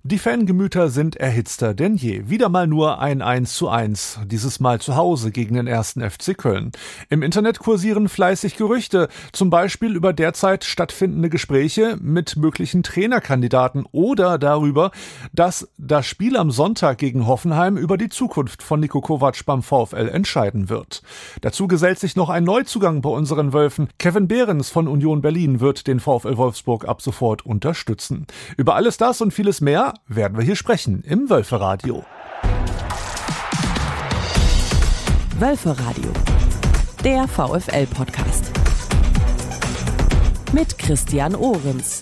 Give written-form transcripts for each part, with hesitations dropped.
Die Fangemüter sind erhitzter denn je. Wieder mal nur ein 1:1, dieses Mal zu Hause gegen den 1. FC Köln. Im Internet kursieren fleißig Gerüchte, zum Beispiel über derzeit stattfindende Gespräche mit möglichen Trainerkandidaten oder darüber, dass das Spiel am Sonntag gegen Hoffenheim über die Zukunft von Niko Kovac beim VfL entscheiden wird. Dazu gesellt sich noch ein Neuzugang bei unseren Wölfen. Kevin Behrens von Union Berlin wird den VfL Wolfsburg ab sofort unterstützen. Über alles das und vieles mehr werden wir hier sprechen im Wölferadio. Wölferadio, der VfL-Podcast. Mit Christian Ohrens.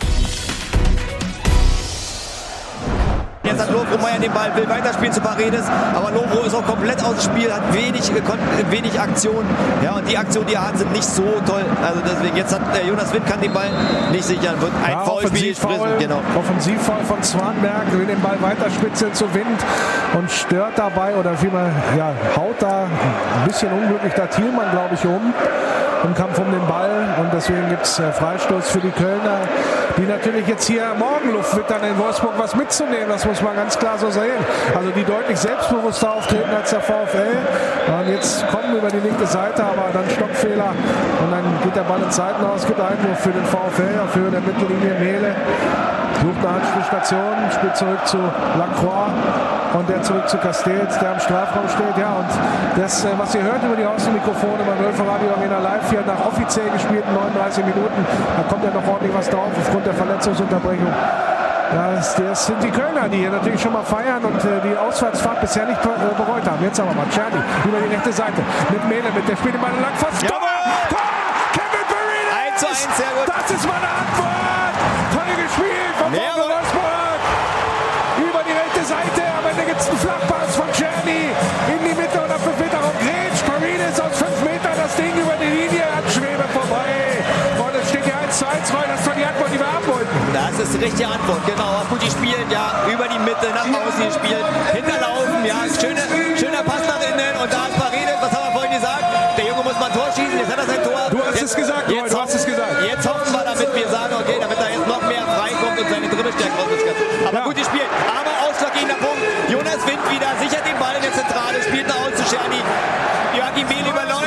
Jetzt hat Lovro Meyer den Ball, will weiterspielen zu Paredes, aber Lovro ist auch komplett aus dem Spiel, hat wenig Aktion. Ja, und die Aktionen, die er hat, sind nicht so toll. Also deswegen, jetzt hat Jonas Wind kann den Ball nicht sichern, wird ein Foulspiel. Genau. Offensivfoul von Zwanberg, will den Ball weiterspitzeln zu Wind und stört dabei oder vielmehr haut da ein bisschen unglücklich da Thielmann, glaube ich, im Kampf um den Ball, und deswegen gibt es Freistoß für die Kölner, die natürlich jetzt hier Morgenluft wittern, in Wolfsburg was mitzunehmen, das muss man ganz klar so sehen. Also die deutlich selbstbewusster auftreten als der VfL. Und jetzt kommen über die linke Seite, aber dann Stockfehler und dann geht der Ball ins Seitenaus, gibt Einwurf für den VfL auf Höhe der Mittellinie. Mehle sucht eine Anspielstation, spielt zurück zu Lacroix und der zurück zu Castells, der am Strafraum steht. Ja, und das, was ihr hört über die Außenmikrofone beim Wölferadio Arena Live hier nach offiziell gespielten 39 Minuten, da kommt ja noch ordentlich was drauf aufgrund der Verletzungsunterbrechung. Das sind die Kölner, die hier natürlich schon mal feiern und die Auswärtsfahrt bisher nicht bereut haben. Jetzt aber mal Czerny über die rechte Seite mit Mehle, der spielt den Ball lang fast. Ja. Tor! Kevin Behrens! 1:1, sehr gut. Das ist meine Antwort! Toll gespielt von Wolfsburg! Über die rechte Seite, am Ende gibt es einen Flachpass von Czerny in die Mitte und auf 5 Meter Raum Gretsch. Paredes aus 5 Metern das Ding über die Linie, an Schwebe vorbei. Und es steht hier 1:1, Roy, das ist doch die Antwort, die wir haben wollten. Das ist die richtige Antwort, genau. Gut, die spielen über die Mitte, nach außen gespielt, hinterlaufen, schöner Pass nach innen und da ist Paredes, was haben wir vorhin gesagt? Der Junge muss mal ein Tor schießen, jetzt hat er sein Tor. Du hast es gesagt, Roy, du hast es gesagt. Jetzt hoffen wir, damit wir sagen, okay, damit er jetzt noch mehr freikommt und seine Dribbelstärke rausgeht. Aber gut gespielt, aber ausschlaggebender Punkt. Jonas Wind wieder, sichert den Ball in der Zentrale, spielt nach außen zu Czerny. Joachim Mehle überläuft.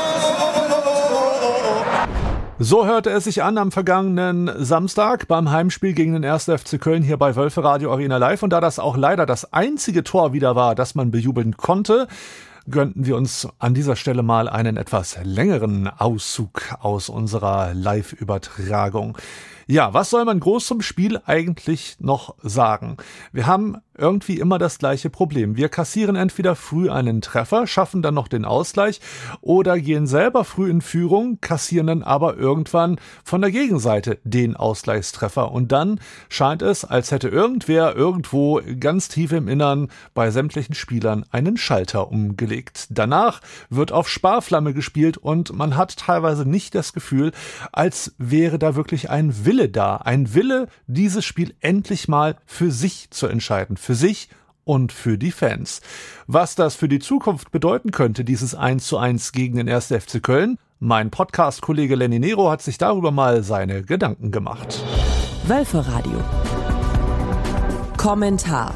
So hörte es sich an am vergangenen Samstag beim Heimspiel gegen den 1. FC Köln hier bei Wölferadio Arena Live. Und da das auch leider das einzige Tor wieder war, das man bejubeln konnte, gönnten wir uns an dieser Stelle mal einen etwas längeren Auszug aus unserer Live-Übertragung. Ja, was soll man groß zum Spiel eigentlich noch sagen? Wir haben irgendwie immer das gleiche Problem. Wir kassieren entweder früh einen Treffer, schaffen dann noch den Ausgleich oder gehen selber früh in Führung, kassieren dann aber irgendwann von der Gegenseite den Ausgleichstreffer. Und dann scheint es, als hätte irgendwer irgendwo ganz tief im Innern bei sämtlichen Spielern einen Schalter umgelegt. Danach wird auf Sparflamme gespielt und man hat teilweise nicht das Gefühl, als wäre da wirklich ein Wille da. Ein Wille, dieses Spiel endlich mal für sich zu entscheiden. Für sich und für die Fans. Was das für die Zukunft bedeuten könnte, dieses 1:1 gegen den 1. FC Köln? Mein Podcast-Kollege Lenny Nero hat sich darüber mal seine Gedanken gemacht. Wölferadio. Kommentar.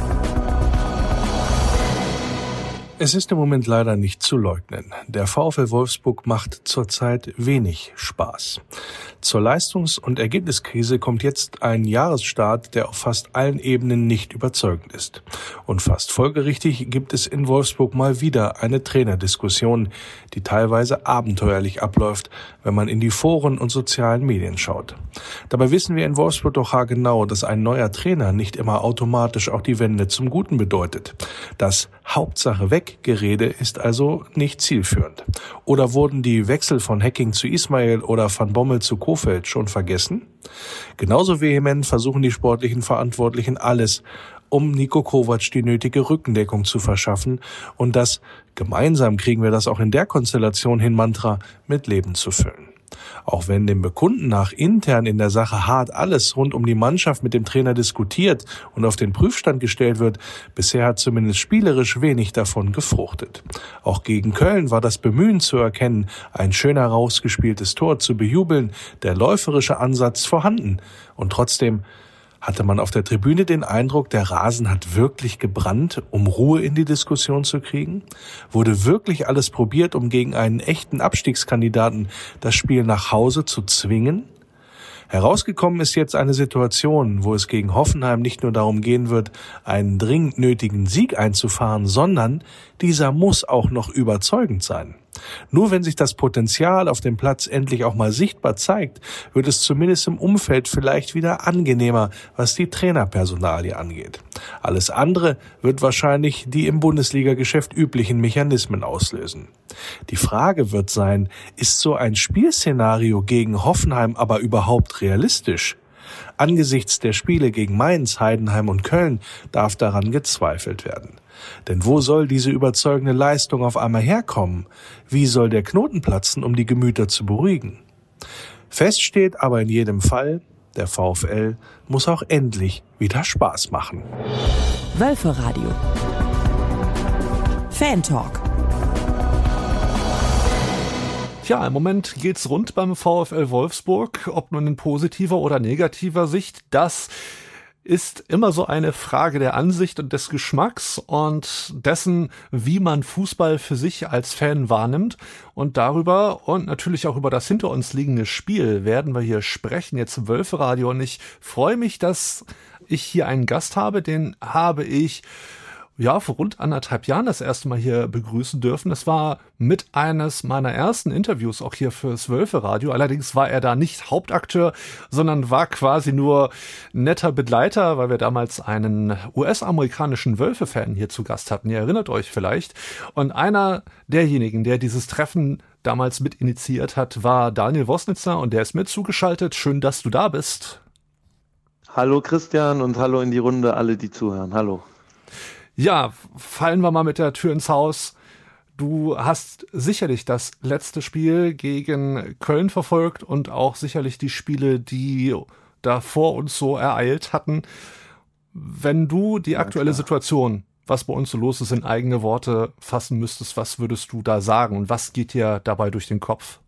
Es ist im Moment leider nicht zu leugnen. Der VfL Wolfsburg macht zurzeit wenig Spaß. Zur Leistungs- und Ergebniskrise kommt jetzt ein Jahresstart, der auf fast allen Ebenen nicht überzeugend ist. Und fast folgerichtig gibt es in Wolfsburg mal wieder eine Trainerdiskussion, die teilweise abenteuerlich abläuft, wenn man in die Foren und sozialen Medien schaut. Dabei wissen wir in Wolfsburg doch haargenau, dass ein neuer Trainer nicht immer automatisch auch die Wende zum Guten bedeutet. Das Hauptsache weg Gerede ist also nicht zielführend. Oder wurden die Wechsel von Hecking zu Ismail oder Van Bommel zu Kofeld schon vergessen? Genauso vehement versuchen die sportlichen Verantwortlichen alles, um Niko Kovac die nötige Rückendeckung zu verschaffen und das "Gemeinsam kriegen wir das auch in der Konstellation hin" Mantra mit Leben zu füllen. Auch wenn dem Bekunden nach intern in der Sache hart alles rund um die Mannschaft mit dem Trainer diskutiert und auf den Prüfstand gestellt wird, bisher hat zumindest spielerisch wenig davon gefruchtet. Auch gegen Köln war das Bemühen zu erkennen, ein schön herausgespieltes Tor zu bejubeln, der läuferische Ansatz vorhanden. Und trotzdem Hatte man auf der Tribüne den Eindruck, der Rasen hat wirklich gebrannt, um Ruhe in die Diskussion zu kriegen? Wurde wirklich alles probiert, um gegen einen echten Abstiegskandidaten das Spiel nach Hause zu zwingen? Herausgekommen ist jetzt eine Situation, wo es gegen Hoffenheim nicht nur darum gehen wird, einen dringend nötigen Sieg einzufahren, sondern dieser muss auch noch überzeugend sein. Nur wenn sich das Potenzial auf dem Platz endlich auch mal sichtbar zeigt, wird es zumindest im Umfeld vielleicht wieder angenehmer, was die Trainerpersonalie angeht. Alles andere wird wahrscheinlich die im Bundesliga-Geschäft üblichen Mechanismen auslösen. Die Frage wird sein, ist so ein Spielszenario gegen Hoffenheim aber überhaupt realistisch? Angesichts der Spiele gegen Mainz, Heidenheim und Köln darf daran gezweifelt werden. Denn wo soll diese überzeugende Leistung auf einmal herkommen? Wie soll der Knoten platzen, um die Gemüter zu beruhigen? Fest steht aber in jedem Fall, der VfL muss auch endlich wieder Spaß machen. Wölferadio. Fan-Talk. Tja, im Moment geht's rund beim VfL Wolfsburg, ob nun in positiver oder negativer Sicht. Das ist immer so eine Frage der Ansicht und des Geschmacks und dessen, wie man Fußball für sich als Fan wahrnimmt. Und darüber und natürlich auch über das hinter uns liegende Spiel werden wir hier sprechen, jetzt im Wölferadio. Und ich freue mich, dass ich hier einen Gast habe, den habe ich vor rund 1,5 Jahren das erste Mal hier begrüßen dürfen. Das war mit eines meiner ersten Interviews auch hier fürs Wölferadio. Allerdings war er da nicht Hauptakteur, sondern war quasi nur netter Begleiter, weil wir damals einen US-amerikanischen Wölfe-Fan hier zu Gast hatten. Ihr erinnert euch vielleicht. Und einer derjenigen, der dieses Treffen damals mit initiiert hat, war Daniel Wosnitzer und der ist mir zugeschaltet. Schön, dass du da bist. Hallo Christian und hallo in die Runde, alle die zuhören. Hallo. Ja, fallen wir mal mit der Tür ins Haus. Du hast sicherlich das letzte Spiel gegen Köln verfolgt und auch sicherlich die Spiele, die da vor uns so ereilt hatten. Wenn du die aktuelle Situation, was bei uns so los ist, in eigene Worte fassen müsstest, was würdest du da sagen und was geht dir dabei durch den Kopf?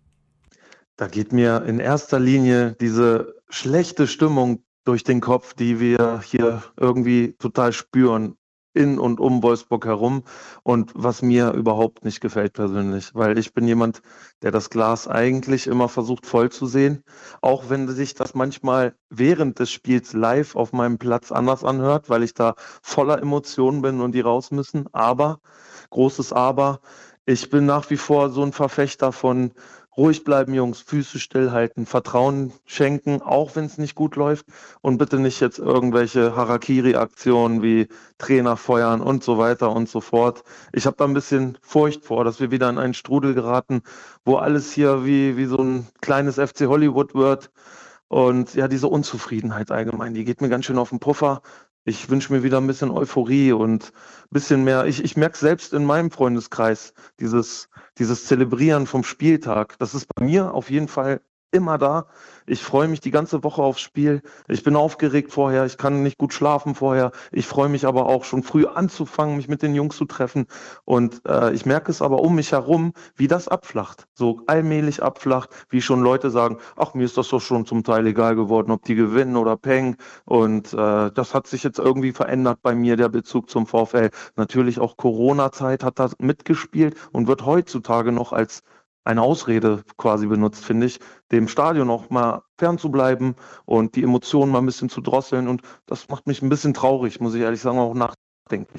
Da geht mir in erster Linie diese schlechte Stimmung durch den Kopf, die wir hier irgendwie total spüren. In und um Wolfsburg herum und was mir überhaupt nicht gefällt persönlich, weil ich bin jemand, der das Glas eigentlich immer versucht voll zu sehen, auch wenn sich das manchmal während des Spiels live auf meinem Platz anders anhört, weil ich da voller Emotionen bin und die raus müssen, aber, großes Aber, ich bin nach wie vor so ein Verfechter von ruhig bleiben, Jungs, Füße stillhalten, Vertrauen schenken, auch wenn es nicht gut läuft und bitte nicht jetzt irgendwelche Harakiri-Aktionen wie Trainer feuern und so weiter und so fort. Ich habe da ein bisschen Furcht vor, dass wir wieder in einen Strudel geraten, wo alles hier wie so ein kleines FC Hollywood wird und ja, diese Unzufriedenheit allgemein, die geht mir ganz schön auf den Puffer. Ich wünsche mir wieder ein bisschen Euphorie und ein bisschen mehr. Ich merke es selbst in meinem Freundeskreis, dieses Zelebrieren vom Spieltag. Das ist bei mir auf jeden Fall immer da. Ich freue mich die ganze Woche aufs Spiel. Ich bin aufgeregt vorher. Ich kann nicht gut schlafen vorher. Ich freue mich aber auch schon früh anzufangen, mich mit den Jungs zu treffen. Und ich merke es aber um mich herum, wie das abflacht. So allmählich abflacht, wie schon Leute sagen, ach, mir ist das doch schon zum Teil egal geworden, ob die gewinnen oder peng. Und das hat sich jetzt irgendwie verändert bei mir, der Bezug zum VfL. Natürlich auch Corona-Zeit hat da mitgespielt und wird heutzutage noch als eine Ausrede quasi benutzt, finde ich, dem Stadion auch mal fernzubleiben und die Emotionen mal ein bisschen zu drosseln. Und das macht mich ein bisschen traurig, muss ich ehrlich sagen, auch nachdenklich.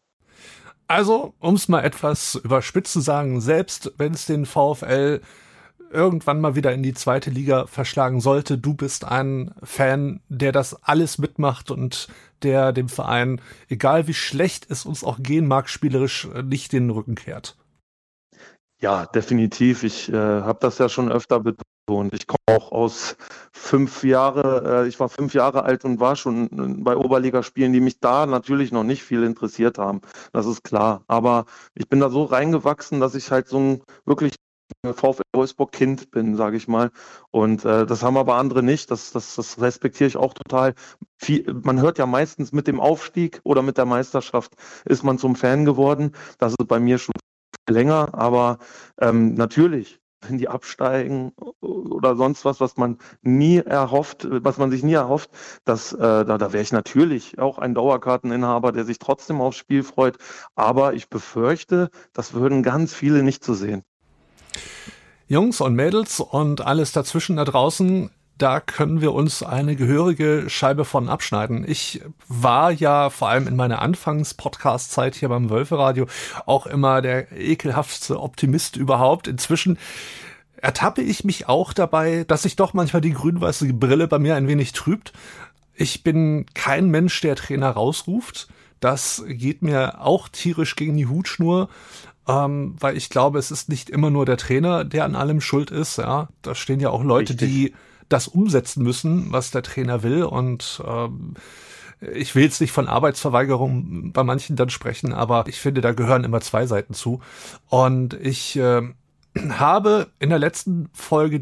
Also, um es mal etwas überspitzt zu sagen, selbst wenn es den VfL irgendwann mal wieder in die zweite Liga verschlagen sollte, du bist ein Fan, der das alles mitmacht und der dem Verein, egal wie schlecht es uns auch gehen mag, spielerisch nicht den Rücken kehrt. Ja, definitiv. Ich habe das ja schon öfter betont. Ich komme auch aus 5 Jahre, ich war 5 Jahre alt und war schon bei Oberligaspielen, die mich da natürlich noch nicht viel interessiert haben. Das ist klar. Aber ich bin da so reingewachsen, dass ich halt so ein wirklich VfL Wolfsburg-Kind bin, sage ich mal. Und das haben aber andere nicht. Das respektiere ich auch total. Man hört ja meistens mit dem Aufstieg oder mit der Meisterschaft ist man zum Fan geworden. Das ist bei mir schon länger, aber natürlich wenn die absteigen oder sonst was man nie erhofft, was man sich nie erhofft, da wäre ich natürlich auch ein Dauerkarteninhaber, der sich trotzdem aufs Spiel freut. Aber ich befürchte, das würden ganz viele nicht so sehen. Jungs und Mädels und alles dazwischen da draußen, da können wir uns eine gehörige Scheibe von abschneiden. Ich war ja vor allem in meiner Anfangs-Podcast-Zeit hier beim Wölferadio auch immer der ekelhaftste Optimist überhaupt. Inzwischen ertappe ich mich auch dabei, dass sich doch manchmal die grün-weiße Brille bei mir ein wenig trübt. Ich bin kein Mensch, der Trainer rausruft. Das geht mir auch tierisch gegen die Hutschnur. Weil ich glaube, es ist nicht immer nur der Trainer, der an allem schuld ist. Ja, da stehen ja auch Leute, die das umsetzen müssen, was der Trainer will. Und ich will jetzt nicht von Arbeitsverweigerung bei manchen dann sprechen, aber ich finde, da gehören immer zwei Seiten zu. Und ich habe in der letzten Folge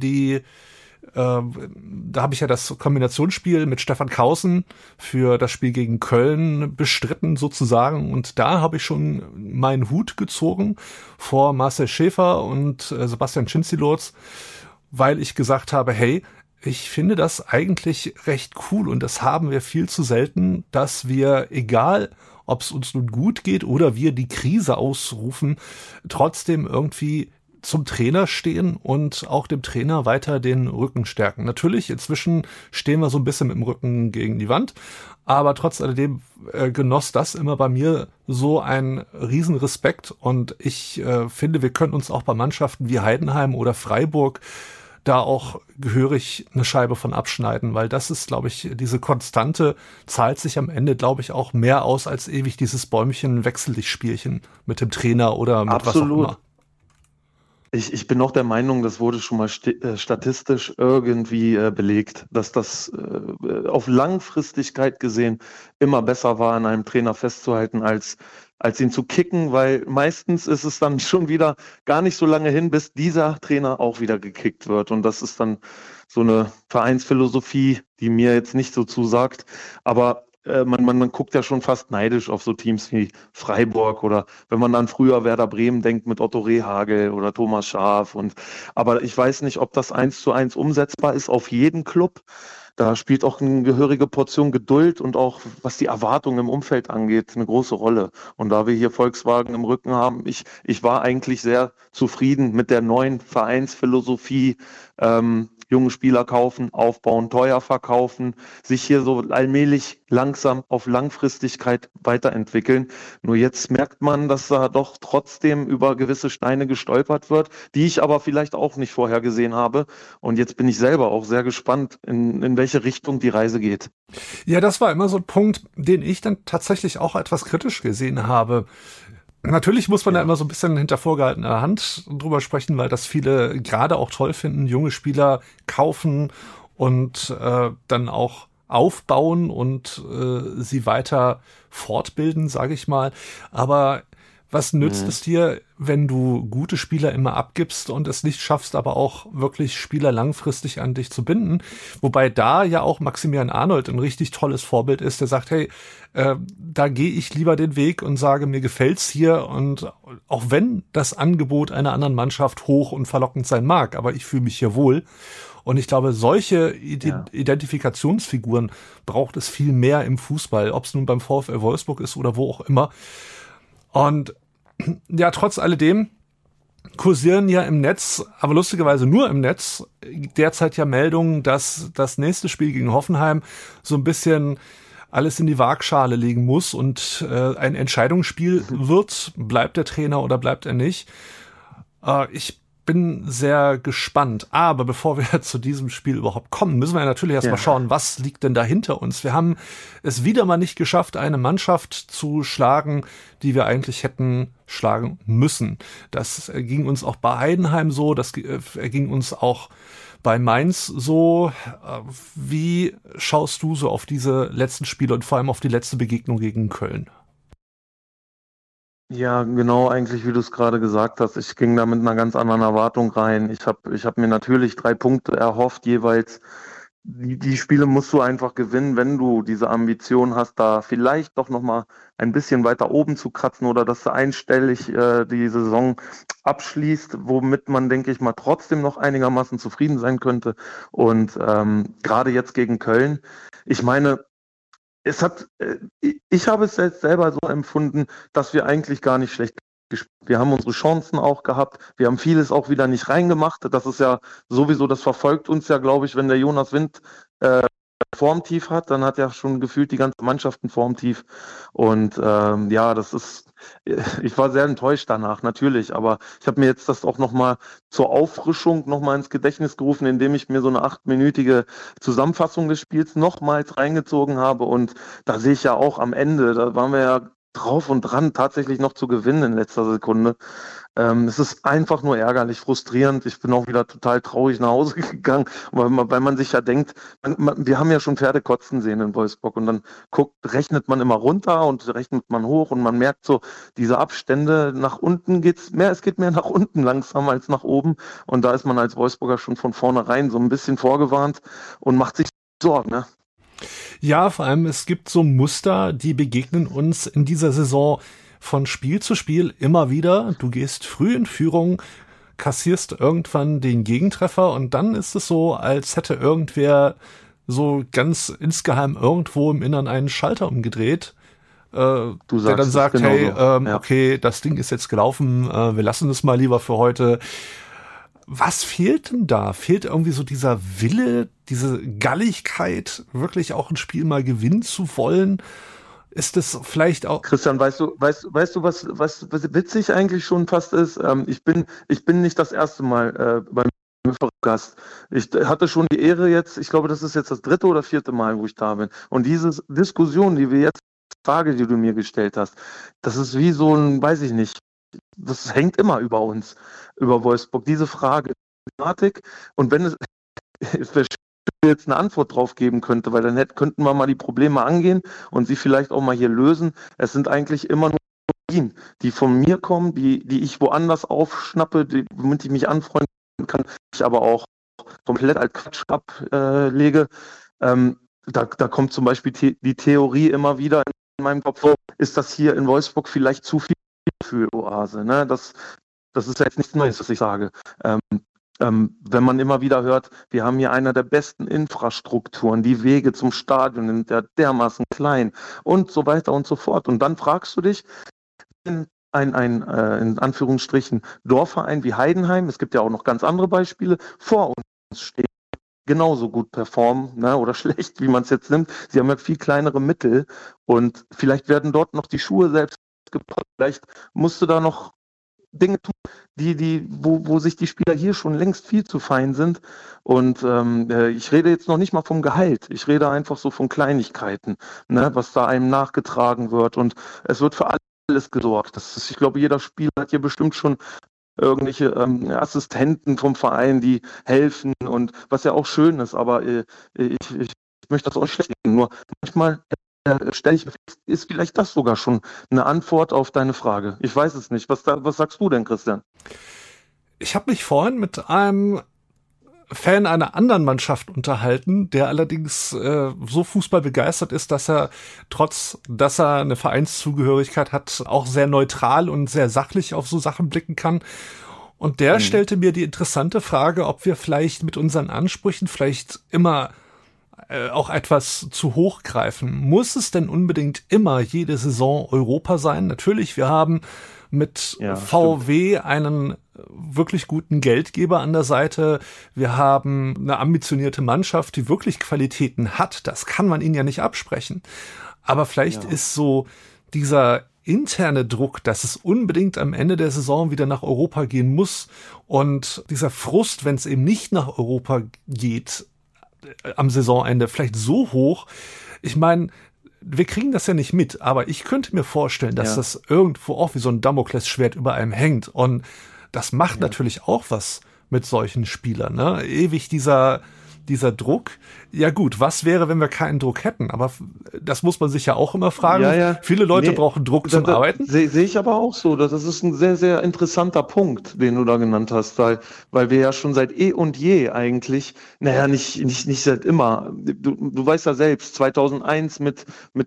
da habe ich ja das Kombinationsspiel mit Stefan Kausen für das Spiel gegen Köln bestritten sozusagen, und da habe ich schon meinen Hut gezogen vor Marcel Schäfer und Sebastian Schinzilotz, weil ich gesagt habe, hey, ich finde das eigentlich recht cool und das haben wir viel zu selten, dass wir, egal ob es uns nun gut geht oder wir die Krise ausrufen, trotzdem irgendwie zum Trainer stehen und auch dem Trainer weiter den Rücken stärken. Natürlich, inzwischen stehen wir so ein bisschen mit dem Rücken gegen die Wand, aber trotz alledem genoss das immer bei mir so einen riesen Respekt, und ich finde, wir können uns auch bei Mannschaften wie Heidenheim oder Freiburg da auch gehörig eine Scheibe von abschneiden, weil das ist, glaube ich, diese Konstante zahlt sich am Ende, glaube ich, auch mehr aus als ewig dieses Bäumchen-Wechsel-dich-Spielchen mit dem Trainer oder mit Absolut. was auch immer. Ich bin auch der Meinung, das wurde schon mal statistisch irgendwie belegt, dass das auf Langfristigkeit gesehen immer besser war, an einem Trainer festzuhalten, als ihn zu kicken, weil meistens ist es dann schon wieder gar nicht so lange hin, bis dieser Trainer auch wieder gekickt wird. Und das ist dann so eine Vereinsphilosophie, die mir jetzt nicht so zusagt. Aber man guckt ja schon fast neidisch auf so Teams wie Freiburg, oder wenn man an früher Werder Bremen denkt mit Otto Rehhagel oder Thomas Schaaf. Aber ich weiß nicht, ob das 1:1 umsetzbar ist auf jeden Club. Da spielt auch eine gehörige Portion Geduld und auch, was die Erwartungen im Umfeld angeht, eine große Rolle. Und da wir hier Volkswagen im Rücken haben, ich war eigentlich sehr zufrieden mit der neuen Vereinsphilosophie. Junge Spieler kaufen, aufbauen, teuer verkaufen, sich hier so allmählich langsam auf Langfristigkeit weiterentwickeln. Nur jetzt merkt man, dass da doch trotzdem über gewisse Steine gestolpert wird, die ich aber vielleicht auch nicht vorher gesehen habe. Und jetzt bin ich selber auch sehr gespannt, in welche Richtung die Reise geht. Ja, das war immer so ein Punkt, den ich dann tatsächlich auch etwas kritisch gesehen habe. Natürlich muss man da immer so ein bisschen hinter vorgehaltener Hand drüber sprechen, weil das viele gerade auch toll finden, junge Spieler kaufen und dann auch aufbauen und sie weiter fortbilden, sage ich mal. Aber was nützt es dir, wenn du gute Spieler immer abgibst und es nicht schaffst, aber auch wirklich Spieler langfristig an dich zu binden? Wobei da ja auch Maximilian Arnold ein richtig tolles Vorbild ist, der sagt, hey, da gehe ich lieber den Weg und sage, mir gefällt's hier, und auch wenn das Angebot einer anderen Mannschaft hoch und verlockend sein mag, aber ich fühle mich hier wohl. Und ich glaube, solche Identifikationsfiguren braucht es viel mehr im Fußball, ob es nun beim VfL Wolfsburg ist oder wo auch immer. Und ja, trotz alledem kursieren ja im Netz, aber lustigerweise nur im Netz, derzeit ja Meldungen, dass das nächste Spiel gegen Hoffenheim so ein bisschen alles in die Waagschale legen muss und ein Entscheidungsspiel wird. Bleibt der Trainer oder bleibt er nicht? Ich bin sehr gespannt. Aber bevor wir zu diesem Spiel überhaupt kommen, müssen wir natürlich erstmal schauen, was liegt denn da hinter uns. Wir haben es wieder mal nicht geschafft, eine Mannschaft zu schlagen, die wir eigentlich hätten schlagen müssen. Das ging uns auch bei Heidenheim so, das ging uns auch bei Mainz so. Wie schaust du so auf diese letzten Spiele und vor allem auf die letzte Begegnung gegen Köln? Ja, genau, eigentlich, wie du es gerade gesagt hast. Ich ging da mit einer ganz anderen Erwartung rein. Ich hab mir natürlich 3 Punkte erhofft, jeweils, die Spiele musst du einfach gewinnen, wenn du diese Ambition hast, da vielleicht doch nochmal ein bisschen weiter oben zu kratzen oder dass du einstellig die Saison abschließt, womit man, denke ich mal, trotzdem noch einigermaßen zufrieden sein könnte. Und gerade jetzt gegen Köln, ich meine, ich habe es jetzt selber so empfunden, dass wir eigentlich gar nicht schlecht gespielt. Wir haben unsere Chancen auch gehabt. Wir haben vieles auch wieder nicht reingemacht. Das ist ja sowieso, das verfolgt uns ja, glaube ich, wenn der Jonas Wind Formtief hat, dann hat ja schon gefühlt die ganze Mannschaft ein Formtief. Und ja, ich war sehr enttäuscht danach, natürlich. Aber ich habe mir jetzt das auch nochmal zur Auffrischung nochmal ins Gedächtnis gerufen, indem ich mir so eine 8-minütige Zusammenfassung des Spiels nochmals reingezogen habe. Und da sehe ich ja auch am Ende, da waren wir ja drauf und dran, tatsächlich noch zu gewinnen in letzter Sekunde. Es ist einfach nur ärgerlich, frustrierend. Ich bin auch wieder total traurig nach Hause gegangen, weil man sich ja denkt, wir haben ja schon Pferde kotzen sehen in Wolfsburg und dann rechnet man immer runter und rechnet man hoch und man merkt so, diese Abstände nach unten es geht mehr nach unten langsam als nach oben und da ist man als Wolfsburger schon von vornherein so ein bisschen vorgewarnt und macht sich Sorgen, ne? Ja, vor allem es gibt so Muster, die begegnen uns in dieser Saison von Spiel zu Spiel immer wieder. Du gehst früh in Führung, kassierst irgendwann den Gegentreffer und dann ist es so, als hätte irgendwer so ganz insgeheim irgendwo im Innern einen Schalter umgedreht, der dann sagt, genau hey, so. Okay, das Ding ist jetzt gelaufen, wir lassen es mal lieber für heute. Was fehlt denn da? Fehlt irgendwie so dieser Wille, diese Galligkeit, wirklich auch ein Spiel mal gewinnen zu wollen? Ist es vielleicht auch... Christian, weißt du, was witzig eigentlich schon fast ist? Ich bin nicht das erste Mal beim Gast. Ich hatte schon die Ehre jetzt, ich glaube, das ist jetzt das 3. oder 4. Mal, wo ich da bin. Und diese Diskussion, die wir jetzt, Frage, die du mir gestellt hast, das ist wie so ein, weiß ich nicht, das hängt immer über uns, über Wolfsburg, diese Frage, Thematik. Und wenn es jetzt eine Antwort drauf geben könnte, weil dann könnten wir mal die Probleme angehen und sie vielleicht auch mal hier lösen. Es sind eigentlich immer nur Ideen, die von mir kommen, die ich woanders aufschnappe, womit ich mich anfreunden kann, ich aber auch komplett als Quatsch ablege. Da kommt zum Beispiel die Theorie immer wieder in meinem Kopf, ist das hier in Wolfsburg vielleicht zu viel für Oase, ne? Das ist ja jetzt nichts Neues, was ich sage. Wenn man immer wieder hört, wir haben hier eine der besten Infrastrukturen, die Wege zum Stadion sind ja dermaßen klein und so weiter und so fort. Und dann fragst du dich, ein in Anführungsstrichen Dorfverein wie Heidenheim, es gibt ja auch noch ganz andere Beispiele, vor uns steht, genauso gut performen, ne, oder schlecht, wie man es jetzt nimmt. Sie haben ja viel kleinere Mittel und vielleicht werden dort noch die Schuhe selbst gebaut. Vielleicht musst du da noch Dinge tun, wo sich die Spieler hier schon längst viel zu fein sind. Und ich rede jetzt noch nicht mal vom Gehalt. Ich rede einfach so von Kleinigkeiten, ne, was da einem nachgetragen wird. Und es wird für alles gesorgt. Ich glaube, jeder Spieler hat hier bestimmt schon irgendwelche Assistenten vom Verein, die helfen und was ja auch schön ist. Aber ich möchte das auch nicht schlecht reden. Nur manchmal stelle ich mir fest, ist vielleicht das sogar schon eine Antwort auf deine Frage. Ich weiß es nicht. Was sagst du denn, Christian? Ich habe mich vorhin mit einem Fan einer anderen Mannschaft unterhalten, der allerdings so Fußball begeistert ist, dass er, trotz dass er eine Vereinszugehörigkeit hat, auch sehr neutral und sehr sachlich auf so Sachen blicken kann. Und der stellte mir die interessante Frage, ob wir vielleicht mit unseren Ansprüchen vielleicht immer auch etwas zu hoch greifen. Muss es denn unbedingt immer jede Saison Europa sein? Natürlich, wir haben mit VW einen wirklich guten Geldgeber an der Seite. Wir haben eine ambitionierte Mannschaft, die wirklich Qualitäten hat. Das kann man ihnen ja nicht absprechen. Aber vielleicht ist so dieser interne Druck, dass es unbedingt am Ende der Saison wieder nach Europa gehen muss und dieser Frust, wenn es eben nicht nach Europa geht, am Saisonende vielleicht so hoch. Ich meine, wir kriegen das ja nicht mit, aber ich könnte mir vorstellen, dass das irgendwo auch wie so ein Damoklesschwert über einem hängt. Und das macht natürlich auch was mit solchen Spielern, ne? Ewig dieser dieser Druck. Ja gut, was wäre, wenn wir keinen Druck hätten? Aber das muss man sich ja auch immer fragen. Ja. Viele Leute brauchen Druck zum Arbeiten. Sehe ich aber auch so. Das ist ein sehr, sehr interessanter Punkt, den du da genannt hast, weil wir ja schon seit eh und je eigentlich, nicht seit immer. Du weißt ja selbst, 2001 mit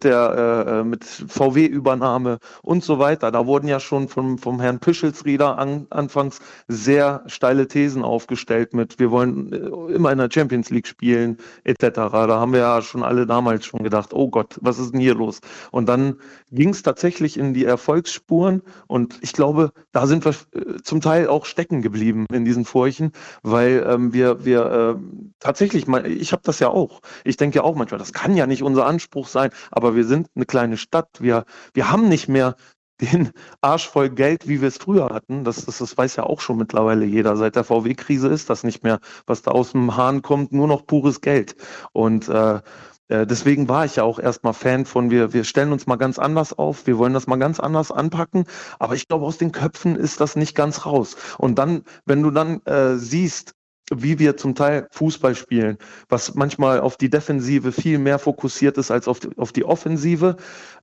VW-Übernahme und so weiter, da wurden ja schon vom Herrn Pischelsrieder anfangs sehr steile Thesen aufgestellt mit, wir wollen immer in der Champions League spielen, etc. Da haben wir ja schon alle damals schon gedacht, oh Gott, was ist denn hier los? Und dann ging es tatsächlich in die Erfolgsspuren und ich glaube, da sind wir zum Teil auch stecken geblieben in diesen Furchen, weil wir tatsächlich, ich habe das ja auch, ich denke ja auch manchmal, das kann ja nicht unser Anspruch sein, aber wir sind eine kleine Stadt, wir haben nicht mehr den Arsch voll Geld, wie wir es früher hatten. Das weiß ja auch schon mittlerweile jeder. Seit der VW-Krise ist das nicht mehr, was da aus dem Hahn kommt, nur noch pures Geld. Und deswegen war ich ja auch erstmal Fan von, wir stellen uns mal ganz anders auf, wir wollen das mal ganz anders anpacken, aber ich glaube, aus den Köpfen ist das nicht ganz raus. Und dann, wenn du dann siehst, wie wir zum Teil Fußball spielen, was manchmal auf die Defensive viel mehr fokussiert ist als auf die Offensive,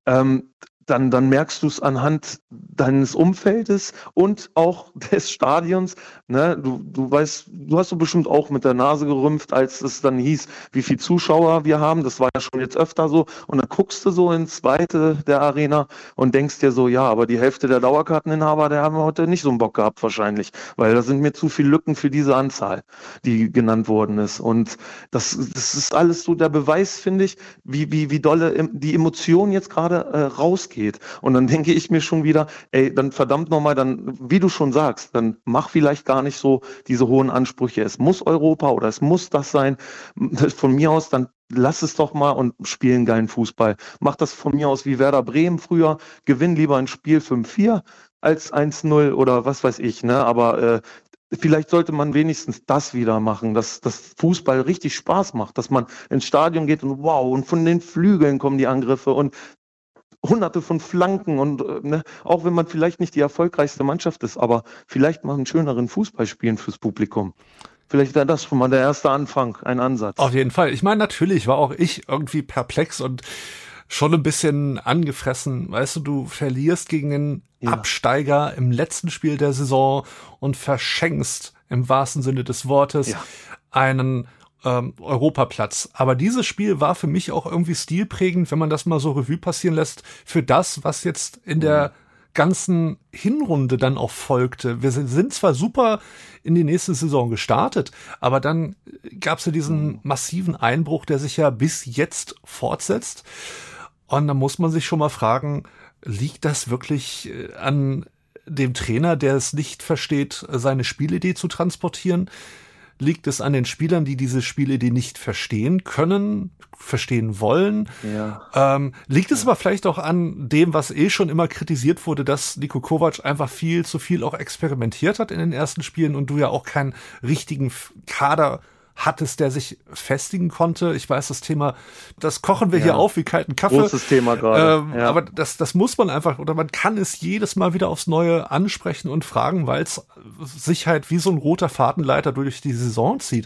dann merkst du es anhand deines Umfeldes und auch des Stadions. Ne? Du weißt, du hast so bestimmt auch mit der Nase gerümpft, als es dann hieß, wie viele Zuschauer wir haben. Das war ja schon jetzt öfter so. Und dann guckst du so ins Weite der Arena und denkst dir so, ja, aber die Hälfte der Dauerkarteninhaber, der haben heute nicht so einen Bock gehabt wahrscheinlich, weil da sind mir zu viele Lücken für diese Anzahl, die genannt worden ist. Und das ist alles so der Beweis, finde ich, wie dolle die Emotion jetzt gerade rausgeht. Und dann denke ich mir schon wieder, ey, dann verdammt nochmal, dann, wie du schon sagst, dann mach vielleicht gar nicht so diese hohen Ansprüche. Es muss Europa oder es muss das sein. Von mir aus, dann lass es doch mal und spiel einen geilen Fußball. Mach das von mir aus wie Werder Bremen früher. Gewinn lieber ein Spiel 5-4 als 1-0 oder was weiß ich, ne? Aber vielleicht sollte man wenigstens das wieder machen, dass das Fußball richtig Spaß macht, dass man ins Stadion geht und wow, und von den Flügeln kommen die Angriffe und Hunderte von Flanken und auch wenn man vielleicht nicht die erfolgreichste Mannschaft ist, aber vielleicht mal einen schöneren Fußball spielen fürs Publikum. Vielleicht wäre das schon mal der erste Anfang, ein Ansatz. Auf jeden Fall. Ich meine, natürlich war auch ich irgendwie perplex und schon ein bisschen angefressen. Weißt du verlierst gegen den Absteiger im letzten Spiel der Saison und verschenkst im wahrsten Sinne des Wortes einen Europaplatz. Aber dieses Spiel war für mich auch irgendwie stilprägend, wenn man das mal so Revue passieren lässt, für das, was jetzt in der ganzen Hinrunde dann auch folgte. Wir sind zwar super in die nächste Saison gestartet, aber dann gab es ja diesen massiven Einbruch, der sich ja bis jetzt fortsetzt. Und da muss man sich schon mal fragen, liegt das wirklich an dem Trainer, der es nicht versteht, seine Spielidee zu transportieren? Liegt es an den Spielern, die diese Spielidee nicht verstehen können, verstehen wollen? Ja. Liegt es aber vielleicht auch an dem, was schon immer kritisiert wurde, dass Niko Kovac einfach viel zu viel auch experimentiert hat in den ersten Spielen und du ja auch keinen richtigen Kader hattest, der sich festigen konnte. Ich weiß, das Thema, das kochen wir hier auf wie kalten Kaffee. Großes Thema gerade. Aber das muss man einfach, oder man kann es jedes Mal wieder aufs Neue ansprechen und fragen, weil es sich halt wie so ein roter Fadenleiter durch die Saison zieht.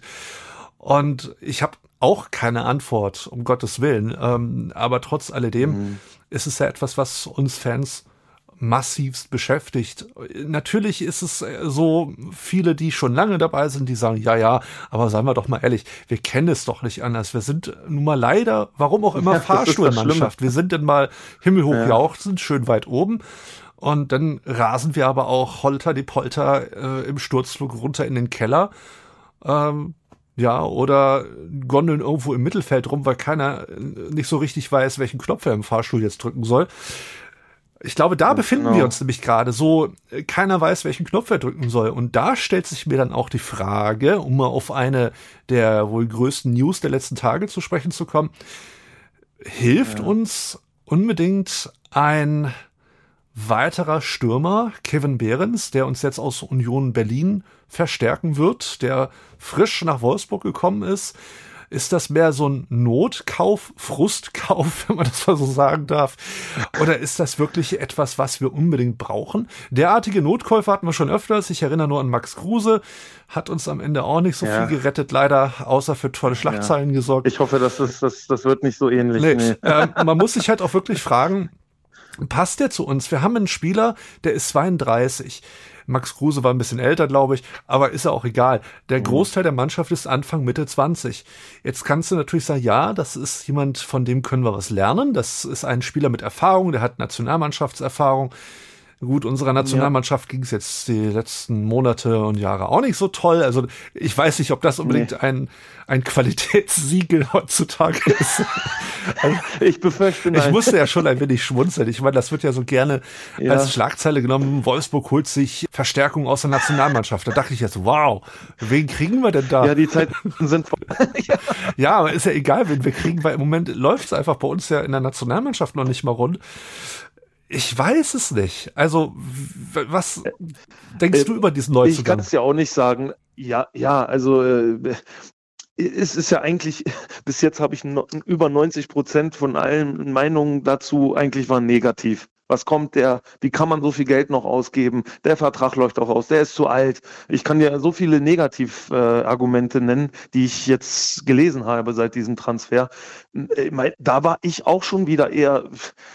Und ich habe auch keine Antwort, um Gottes Willen. Aber trotz alledem ist es ja etwas, was uns Fans massivst beschäftigt. Natürlich ist es so, viele, die schon lange dabei sind, die sagen, ja, aber seien wir doch mal ehrlich, wir kennen es doch nicht anders. Wir sind nun mal leider, warum auch immer, Fahrstuhlmannschaft. Wir sind dann mal himmelhoch jauchzend, schön weit oben. Und dann rasen wir aber auch holter die Polter im Sturzflug runter in den Keller. Oder gondeln irgendwo im Mittelfeld rum, weil keiner nicht so richtig weiß, welchen Knopf er im Fahrstuhl jetzt drücken soll. Ich glaube, da befinden wir uns nämlich gerade so, keiner weiß, welchen Knopf er drücken soll. Und da stellt sich mir dann auch die Frage, um mal auf eine der wohl größten News der letzten Tage zu sprechen zu kommen, hilft uns unbedingt ein weiterer Stürmer, Kevin Behrens, der uns jetzt aus Union Berlin verstärken wird, der frisch nach Wolfsburg gekommen ist. Ist das mehr so ein Notkauf, Frustkauf, wenn man das mal so sagen darf? Oder ist das wirklich etwas, was wir unbedingt brauchen? Derartige Notkäufe hatten wir schon öfters. Ich erinnere nur an Max Kruse. Hat uns am Ende auch nicht so viel gerettet, leider, außer für tolle Schlagzeilen gesorgt. Ich hoffe, das wird nicht so ähnlich. Nee. Man muss sich halt auch wirklich fragen, passt der zu uns? Wir haben einen Spieler, der ist 32. Max Kruse war ein bisschen älter, glaube ich, aber ist ja auch egal. Der Großteil der Mannschaft ist Anfang, Mitte 20. Jetzt kannst du natürlich sagen, ja, das ist jemand, von dem können wir was lernen. Das ist ein Spieler mit Erfahrung, der hat Nationalmannschaftserfahrung. Gut, unserer Nationalmannschaft ging es jetzt die letzten Monate und Jahre auch nicht so toll. Also ich weiß nicht, ob das unbedingt ein Qualitätssiegel heutzutage ist. Also, ich befürchte nein. Ich musste ja schon ein wenig schmunzeln. Ich meine, das wird ja so gerne als Schlagzeile genommen. Wolfsburg holt sich Verstärkung aus der Nationalmannschaft. Da dachte ich jetzt, wow, wen kriegen wir denn da? Ja, die Zeiten sind vorbei. Ja, aber ist ja egal, wen wir kriegen, weil im Moment läuft es einfach bei uns ja in der Nationalmannschaft noch nicht mal rund. Ich weiß es nicht. Also, was denkst du über diesen Neuzugang? Ich kann es ja auch nicht sagen. Ja, also es ist ja eigentlich, bis jetzt habe ich über 90% von allen Meinungen dazu eigentlich waren negativ. Was kommt wie kann man so viel Geld noch ausgeben? Der Vertrag läuft auch aus, der ist zu alt. Ich kann dir so viele Negativargumente nennen, die ich jetzt gelesen habe seit diesem Transfer. Da war ich auch schon wieder eher,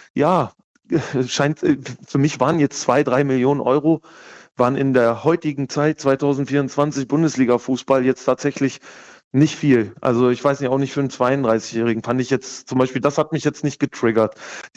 für mich waren jetzt 2-3 Millionen Euro, waren in der heutigen Zeit 2024 Bundesliga-Fußball jetzt tatsächlich nicht viel. Also ich weiß nicht, auch nicht für einen 32-Jährigen fand ich jetzt zum Beispiel, das hat mich jetzt nicht getriggert.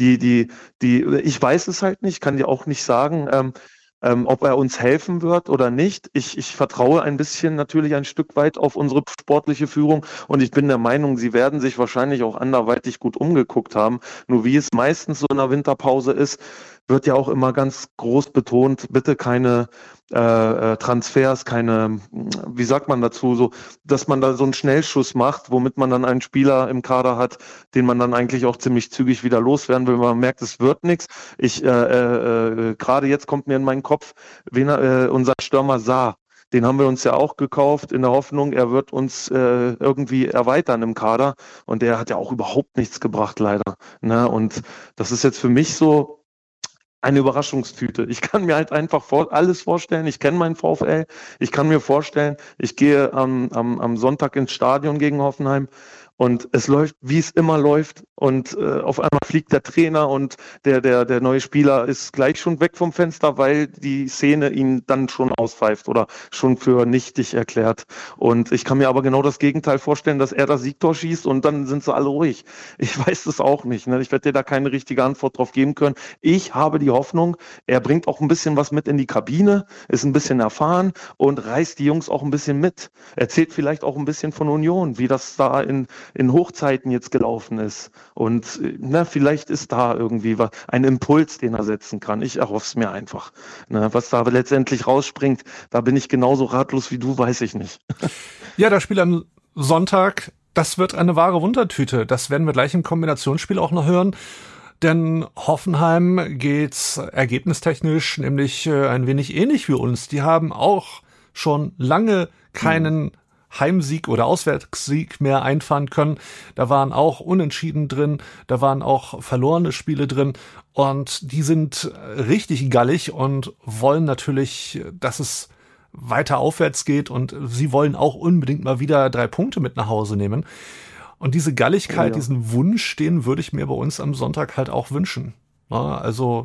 Ich weiß es halt nicht, kann dir auch nicht sagen, ob er uns helfen wird oder nicht. Ich vertraue ein bisschen natürlich ein Stück weit auf unsere sportliche Führung und ich bin der Meinung, sie werden sich wahrscheinlich auch anderweitig gut umgeguckt haben. Nur wie es meistens so in der Winterpause ist, wird ja auch immer ganz groß betont, bitte keine Transfers, keine, wie sagt man dazu, so, dass man da so einen Schnellschuss macht, womit man dann einen Spieler im Kader hat, den man dann eigentlich auch ziemlich zügig wieder loswerden will, weil man merkt, es wird nichts. Gerade jetzt kommt mir in meinen Kopf, unser Stürmer Saar. Den haben wir uns ja auch gekauft in der Hoffnung, er wird uns irgendwie erweitern im Kader und der hat ja auch überhaupt nichts gebracht, leider. Ne? Und das ist jetzt für mich so eine Überraschungstüte. Ich kann mir halt einfach alles vorstellen. Ich kenne meinen VfL. Ich kann mir vorstellen, ich gehe am Sonntag ins Stadion gegen Hoffenheim und es läuft, wie es immer läuft. Und auf einmal fliegt der Trainer und der neue Spieler ist gleich schon weg vom Fenster, weil die Szene ihn dann schon auspfeift oder schon für nichtig erklärt. Und ich kann mir aber genau das Gegenteil vorstellen, dass er das Siegtor schießt und dann sind sie alle ruhig. Ich weiß das auch nicht. Ne? Ich werde dir da keine richtige Antwort drauf geben können. Ich habe die Hoffnung, er bringt auch ein bisschen was mit in die Kabine, ist ein bisschen erfahren und reißt die Jungs auch ein bisschen mit. Erzählt vielleicht auch ein bisschen von Union, wie das da in Hochzeiten jetzt gelaufen ist. Und vielleicht ist da irgendwie ein Impuls, den er setzen kann. Ich erhoffe es mir einfach. Was da letztendlich rausspringt, da bin ich genauso ratlos wie du, weiß ich nicht. Ja, das Spiel am Sonntag, das wird eine wahre Wundertüte. Das werden wir gleich im Kombinationsspiel auch noch hören. Denn Hoffenheim geht's ergebnistechnisch nämlich ein wenig ähnlich wie uns. Die haben auch schon lange keinen Heimsieg oder Auswärtssieg mehr einfahren können. Da waren auch Unentschieden drin, da waren auch verlorene Spiele drin und die sind richtig gallig und wollen natürlich, dass es weiter aufwärts geht und sie wollen auch unbedingt mal wieder 3 Punkte mit nach Hause nehmen. Und diese Galligkeit, diesen Wunsch, den würde ich mir bei uns am Sonntag halt auch wünschen. Also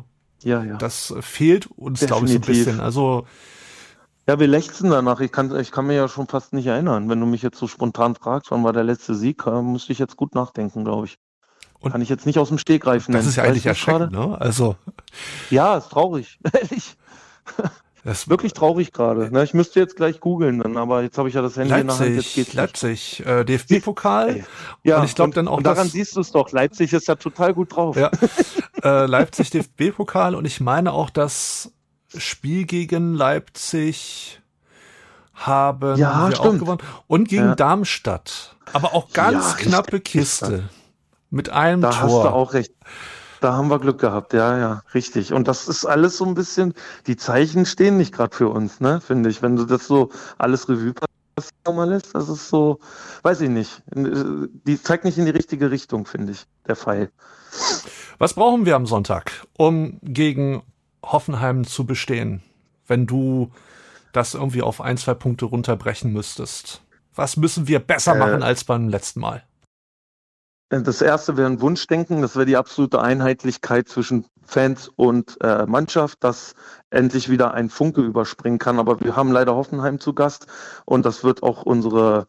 das fehlt uns, glaube ich, so ein bisschen. Also ja, wir lechzen danach. Ich kann mir ja schon fast nicht erinnern. Wenn du mich jetzt so spontan fragst, wann war der letzte Sieg, müsste ich jetzt gut nachdenken, glaube ich. Und kann ich jetzt nicht aus dem Stegreif nennen. Das ist ja eigentlich erschreckend, ne? Also. Ja, ist traurig. Ehrlich. Das ist wirklich traurig gerade. Ich müsste jetzt gleich googeln, aber jetzt habe ich ja das Handy in der Hand. Jetzt geht's Leipzig, DFB-Pokal. Ja, und ich glaube dann auch. Und daran siehst du es doch. Leipzig ist ja total gut drauf. Ja. Leipzig, DFB-Pokal und ich meine auch, dass Spiel gegen Leipzig haben wir auch gewonnen. Und gegen Darmstadt. Aber auch ganz knappe Kiste. Mit einem Tor. Da hast du auch recht. Da haben wir Glück gehabt. Ja, richtig. Und das ist alles so ein bisschen, die Zeichen stehen nicht gerade für uns, ne, finde ich. Wenn du das so alles Revue mal ist, das ist so, weiß ich nicht. Die zeigt nicht in die richtige Richtung, finde ich, der Pfeil. Was brauchen wir am Sonntag, um gegen Hoffenheim zu bestehen, wenn du das irgendwie auf 1-2 Punkte runterbrechen müsstest? Was müssen wir besser machen als beim letzten Mal? Das erste wäre ein Wunschdenken, das wäre die absolute Einheitlichkeit zwischen Fans und Mannschaft, dass endlich wieder ein Funke überspringen kann. Aber wir haben leider Hoffenheim zu Gast und das wird auch unsere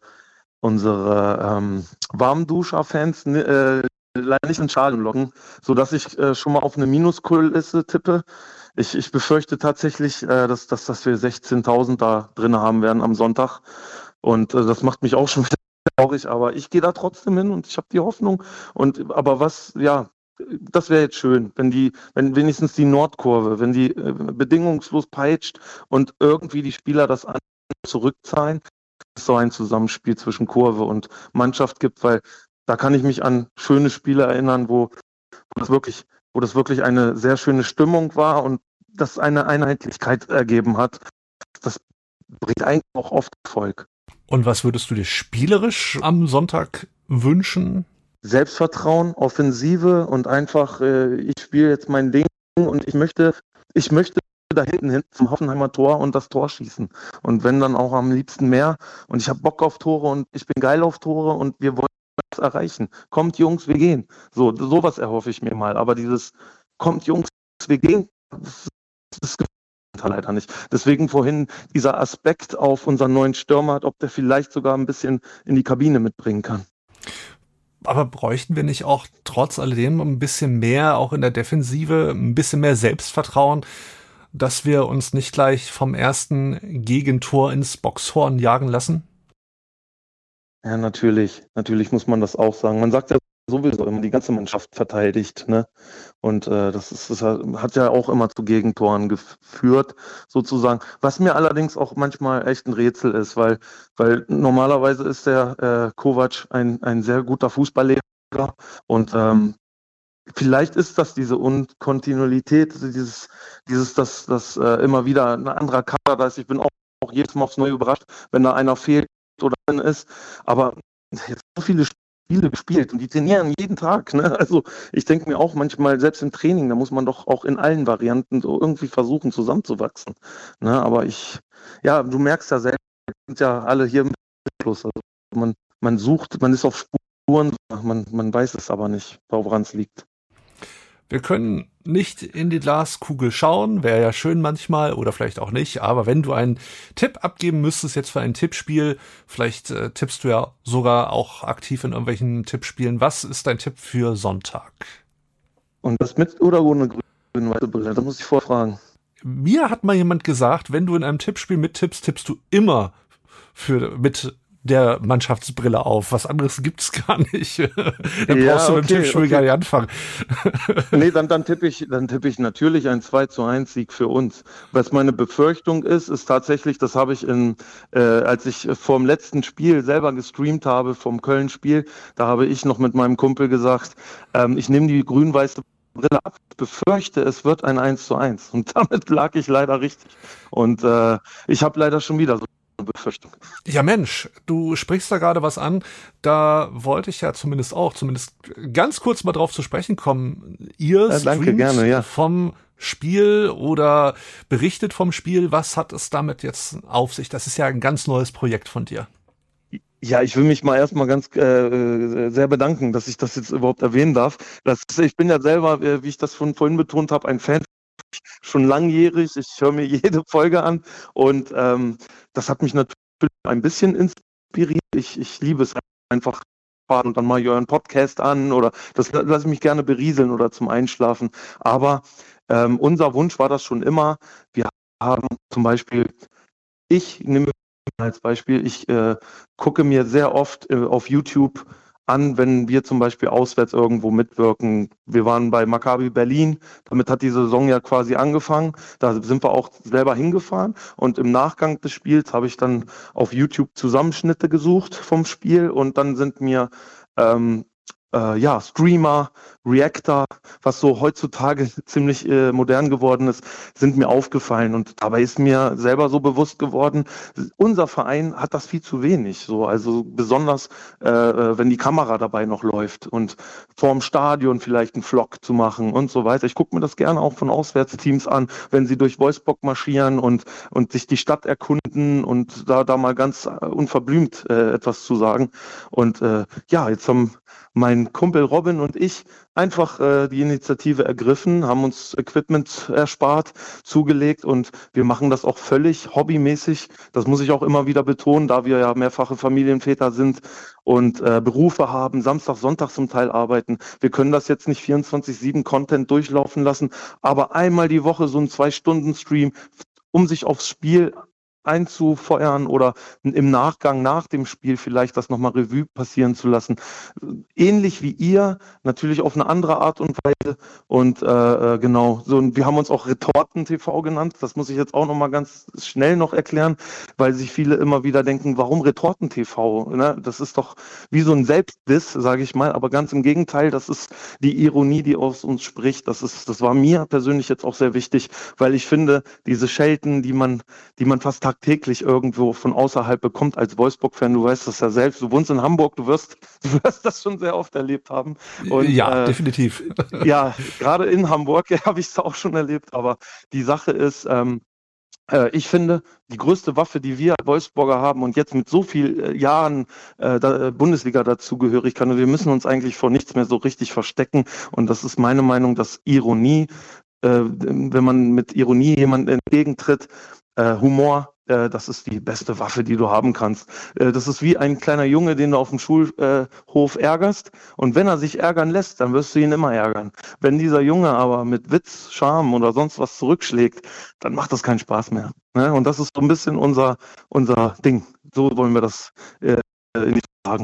Warmduscher-Fans leider nicht in Schalen locken, sodass ich schon mal auf eine Minuskulisse tippe. Ich befürchte tatsächlich, dass wir 16.000 da drin haben werden am Sonntag. Und das macht mich auch schon wieder traurig, aber ich gehe da trotzdem hin und ich habe die Hoffnung. Aber das wäre jetzt schön, wenn wenigstens die Nordkurve, wenn die bedingungslos peitscht und irgendwie die Spieler das zurückzahlen, dass es so ein Zusammenspiel zwischen Kurve und Mannschaft gibt, weil da kann ich mich an schöne Spiele erinnern, wo das wirklich eine sehr schöne Stimmung war und das eine Einheitlichkeit ergeben hat. Das bringt eigentlich auch oft Erfolg. Und was würdest du dir spielerisch am Sonntag wünschen? Selbstvertrauen, Offensive und einfach, ich spiele jetzt mein Ding und ich möchte da hinten hin zum Hoffenheimer Tor und das Tor schießen. Und wenn dann auch am liebsten mehr. Und ich habe Bock auf Tore und ich bin geil auf Tore und wir wollen das erreichen. Kommt Jungs, wir gehen. Sowas erhoffe ich mir mal. Aber dieses kommt Jungs, wir gehen, das gefällt mir leider nicht. Deswegen vorhin dieser Aspekt auf unseren neuen Stürmer, ob der vielleicht sogar ein bisschen in die Kabine mitbringen kann. Aber bräuchten wir nicht auch trotz alledem ein bisschen mehr, auch in der Defensive, ein bisschen mehr Selbstvertrauen, dass wir uns nicht gleich vom ersten Gegentor ins Boxhorn jagen lassen? Ja, natürlich. Natürlich muss man das auch sagen. Man sagt ja sowieso immer, die ganze Mannschaft verteidigt, ne? Und das hat ja auch immer zu Gegentoren geführt, sozusagen. Was mir allerdings auch manchmal echt ein Rätsel ist, weil normalerweise ist der Kovac ein sehr guter Fußballlehrer und vielleicht ist das diese Unkontinuität, dass immer wieder ein anderer Kader da ist. Ich bin auch jedes Mal aufs Neue überrascht, wenn da einer fehlt oder drin ist. Aber jetzt so viele Spiele gespielt und die trainieren jeden Tag. Ne? Also ich denke mir auch manchmal, selbst im Training, da muss man doch auch in allen Varianten so irgendwie versuchen, zusammenzuwachsen. Ne? Aber du merkst ja selbst, wir sind ja alle hier im Plus. Also man sucht, man ist auf Spuren, man weiß es aber nicht, woran es liegt. Wir können nicht in die Glaskugel schauen, wäre ja schön manchmal oder vielleicht auch nicht, aber wenn du einen Tipp abgeben müsstest jetzt für ein Tippspiel, vielleicht tippst du ja sogar auch aktiv in irgendwelchen Tippspielen. Was ist dein Tipp für Sonntag? Und das mit oder ohne grün-weiße Brille? Das muss ich vorfragen. Mir hat mal jemand gesagt, wenn du in einem Tippspiel mittippst, tippst du immer mit der Mannschaftsbrille auf. Was anderes gibt's gar nicht. Dann brauchst du mit dem Tippspiel gar nicht anfangen. Nee, dann tippe ich natürlich ein 2-1-Sieg für uns. Was meine Befürchtung ist tatsächlich, das habe ich als ich vor dem letzten Spiel selber gestreamt habe, vom Köln-Spiel, da habe ich noch mit meinem Kumpel gesagt, ich nehme die grün-weiße Brille ab, befürchte, es wird ein 1-1. Und damit lag ich leider richtig. Und ich habe leider schon wieder so Befürchtung. Ja Mensch, du sprichst da gerade was an, da wollte ich ja zumindest ganz kurz mal drauf zu sprechen kommen. Ihr danke, gerne, ja. Vom Spiel oder berichtet vom Spiel, was hat es damit jetzt auf sich? Das ist ja ein ganz neues Projekt von dir. Ja, ich will mich mal erstmal ganz sehr bedanken, dass ich das jetzt überhaupt erwähnen darf. Ich bin ja selber, wie ich das vorhin betont habe, ein Fan, schon langjährig. Ich höre mir jede Folge an und das hat mich natürlich ein bisschen inspiriert. Ich liebe es einfach und dann mal euren Podcast an oder das lasse ich mich gerne berieseln oder zum Einschlafen. Aber unser Wunsch war das schon immer. Wir haben zum Beispiel, ich nehme als Beispiel, ich gucke mir sehr oft auf YouTube an, wenn wir zum Beispiel auswärts irgendwo mitwirken. Wir waren bei Maccabi Berlin, damit hat die Saison ja quasi angefangen. Da sind wir auch selber hingefahren und im Nachgang des Spiels habe ich dann auf YouTube Zusammenschnitte gesucht vom Spiel und dann sind mir Streamer, Reactor, was so heutzutage ziemlich modern geworden ist, sind mir aufgefallen. Und dabei ist mir selber so bewusst geworden, unser Verein hat das viel zu wenig. So, also besonders, wenn die Kamera dabei noch läuft und vorm Stadion vielleicht einen Vlog zu machen und so weiter. Ich gucke mir das gerne auch von Auswärtsteams an, wenn sie durch Wolfsburg marschieren und sich die Stadt erkunden und da mal ganz unverblümt etwas zu sagen. Und jetzt haben mein Kumpel Robin und ich einfach die Initiative ergriffen, haben uns Equipment erspart, zugelegt und wir machen das auch völlig hobbymäßig. Das muss ich auch immer wieder betonen, da wir ja mehrfache Familienväter sind und Berufe haben, Samstag, Sonntag zum Teil arbeiten. Wir können das jetzt nicht 24/7 Content durchlaufen lassen, aber einmal die Woche so ein 2-Stunden-Stream, um sich aufs Spiel einzufeuern oder im Nachgang nach dem Spiel vielleicht das nochmal Revue passieren zu lassen. Ähnlich wie ihr, natürlich auf eine andere Art und Weise. Und genau, so, und wir haben uns auch Retorten-TV genannt. Das muss ich jetzt auch nochmal ganz schnell noch erklären, weil sich viele immer wieder denken, warum Retorten-TV? Ne? Das ist doch wie so ein Selbstdiss, sage ich mal, aber ganz im Gegenteil, das ist die Ironie, die aus uns spricht. Das war mir persönlich jetzt auch sehr wichtig, weil ich finde, diese Schelten, die man fast tagtäglich irgendwo von außerhalb bekommt als Wolfsburg-Fan, du weißt das ja selbst, du wohnst in Hamburg, du wirst das schon sehr oft erlebt haben. Und, ja, definitiv. Ja, gerade in Hamburg habe ich es auch schon erlebt, aber die Sache ist, ich finde, die größte Waffe, die wir Wolfsburger haben und jetzt mit so vielen Jahren Bundesliga dazugehörig, wir müssen uns eigentlich vor nichts mehr so richtig verstecken und das ist meine Meinung, dass Ironie, wenn man mit Ironie jemandem entgegentritt, Humor, das ist die beste Waffe, die du haben kannst. Das ist wie ein kleiner Junge, den du auf dem Schulhof ärgerst. Und wenn er sich ärgern lässt, dann wirst du ihn immer ärgern. Wenn dieser Junge aber mit Witz, Charme oder sonst was zurückschlägt, dann macht das keinen Spaß mehr. Ne? Und das ist so ein bisschen unser Ding. So wollen wir das nicht sagen.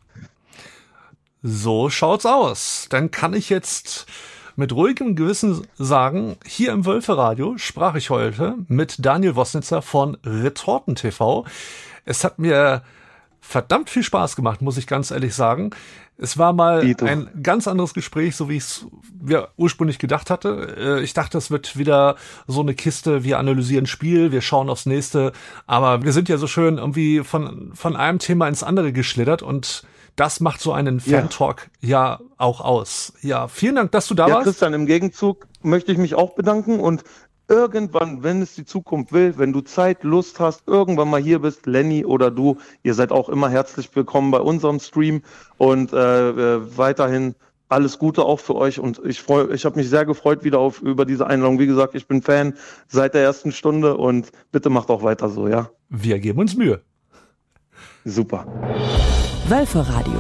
So schaut's aus. Dann kann ich jetzt mit ruhigem Gewissen sagen, hier im Wölferadio sprach ich heute mit Daniel Wosnitzer von Retorten TV. Es hat mir verdammt viel Spaß gemacht, muss ich ganz ehrlich sagen. Es war mal ein ganz anderes Gespräch, so wie ich es mir ursprünglich gedacht hatte. Ich dachte, es wird wieder so eine Kiste, wir analysieren Spiel, wir schauen aufs nächste. Aber wir sind ja so schön irgendwie von einem Thema ins andere geschlittert und das macht so einen Fan-Talk ja auch aus. Ja, vielen Dank, dass du da warst. Christian, im Gegenzug möchte ich mich auch bedanken und irgendwann, wenn es die Zukunft will, wenn du Zeit, Lust hast, irgendwann mal hier bist, Lenny oder du, ihr seid auch immer herzlich willkommen bei unserem Stream und weiterhin alles Gute auch für euch und ich habe mich sehr gefreut wieder über diese Einladung. Wie gesagt, ich bin Fan seit der ersten Stunde und bitte macht auch weiter so, ja? Wir geben uns Mühe. Super. Wölferadio.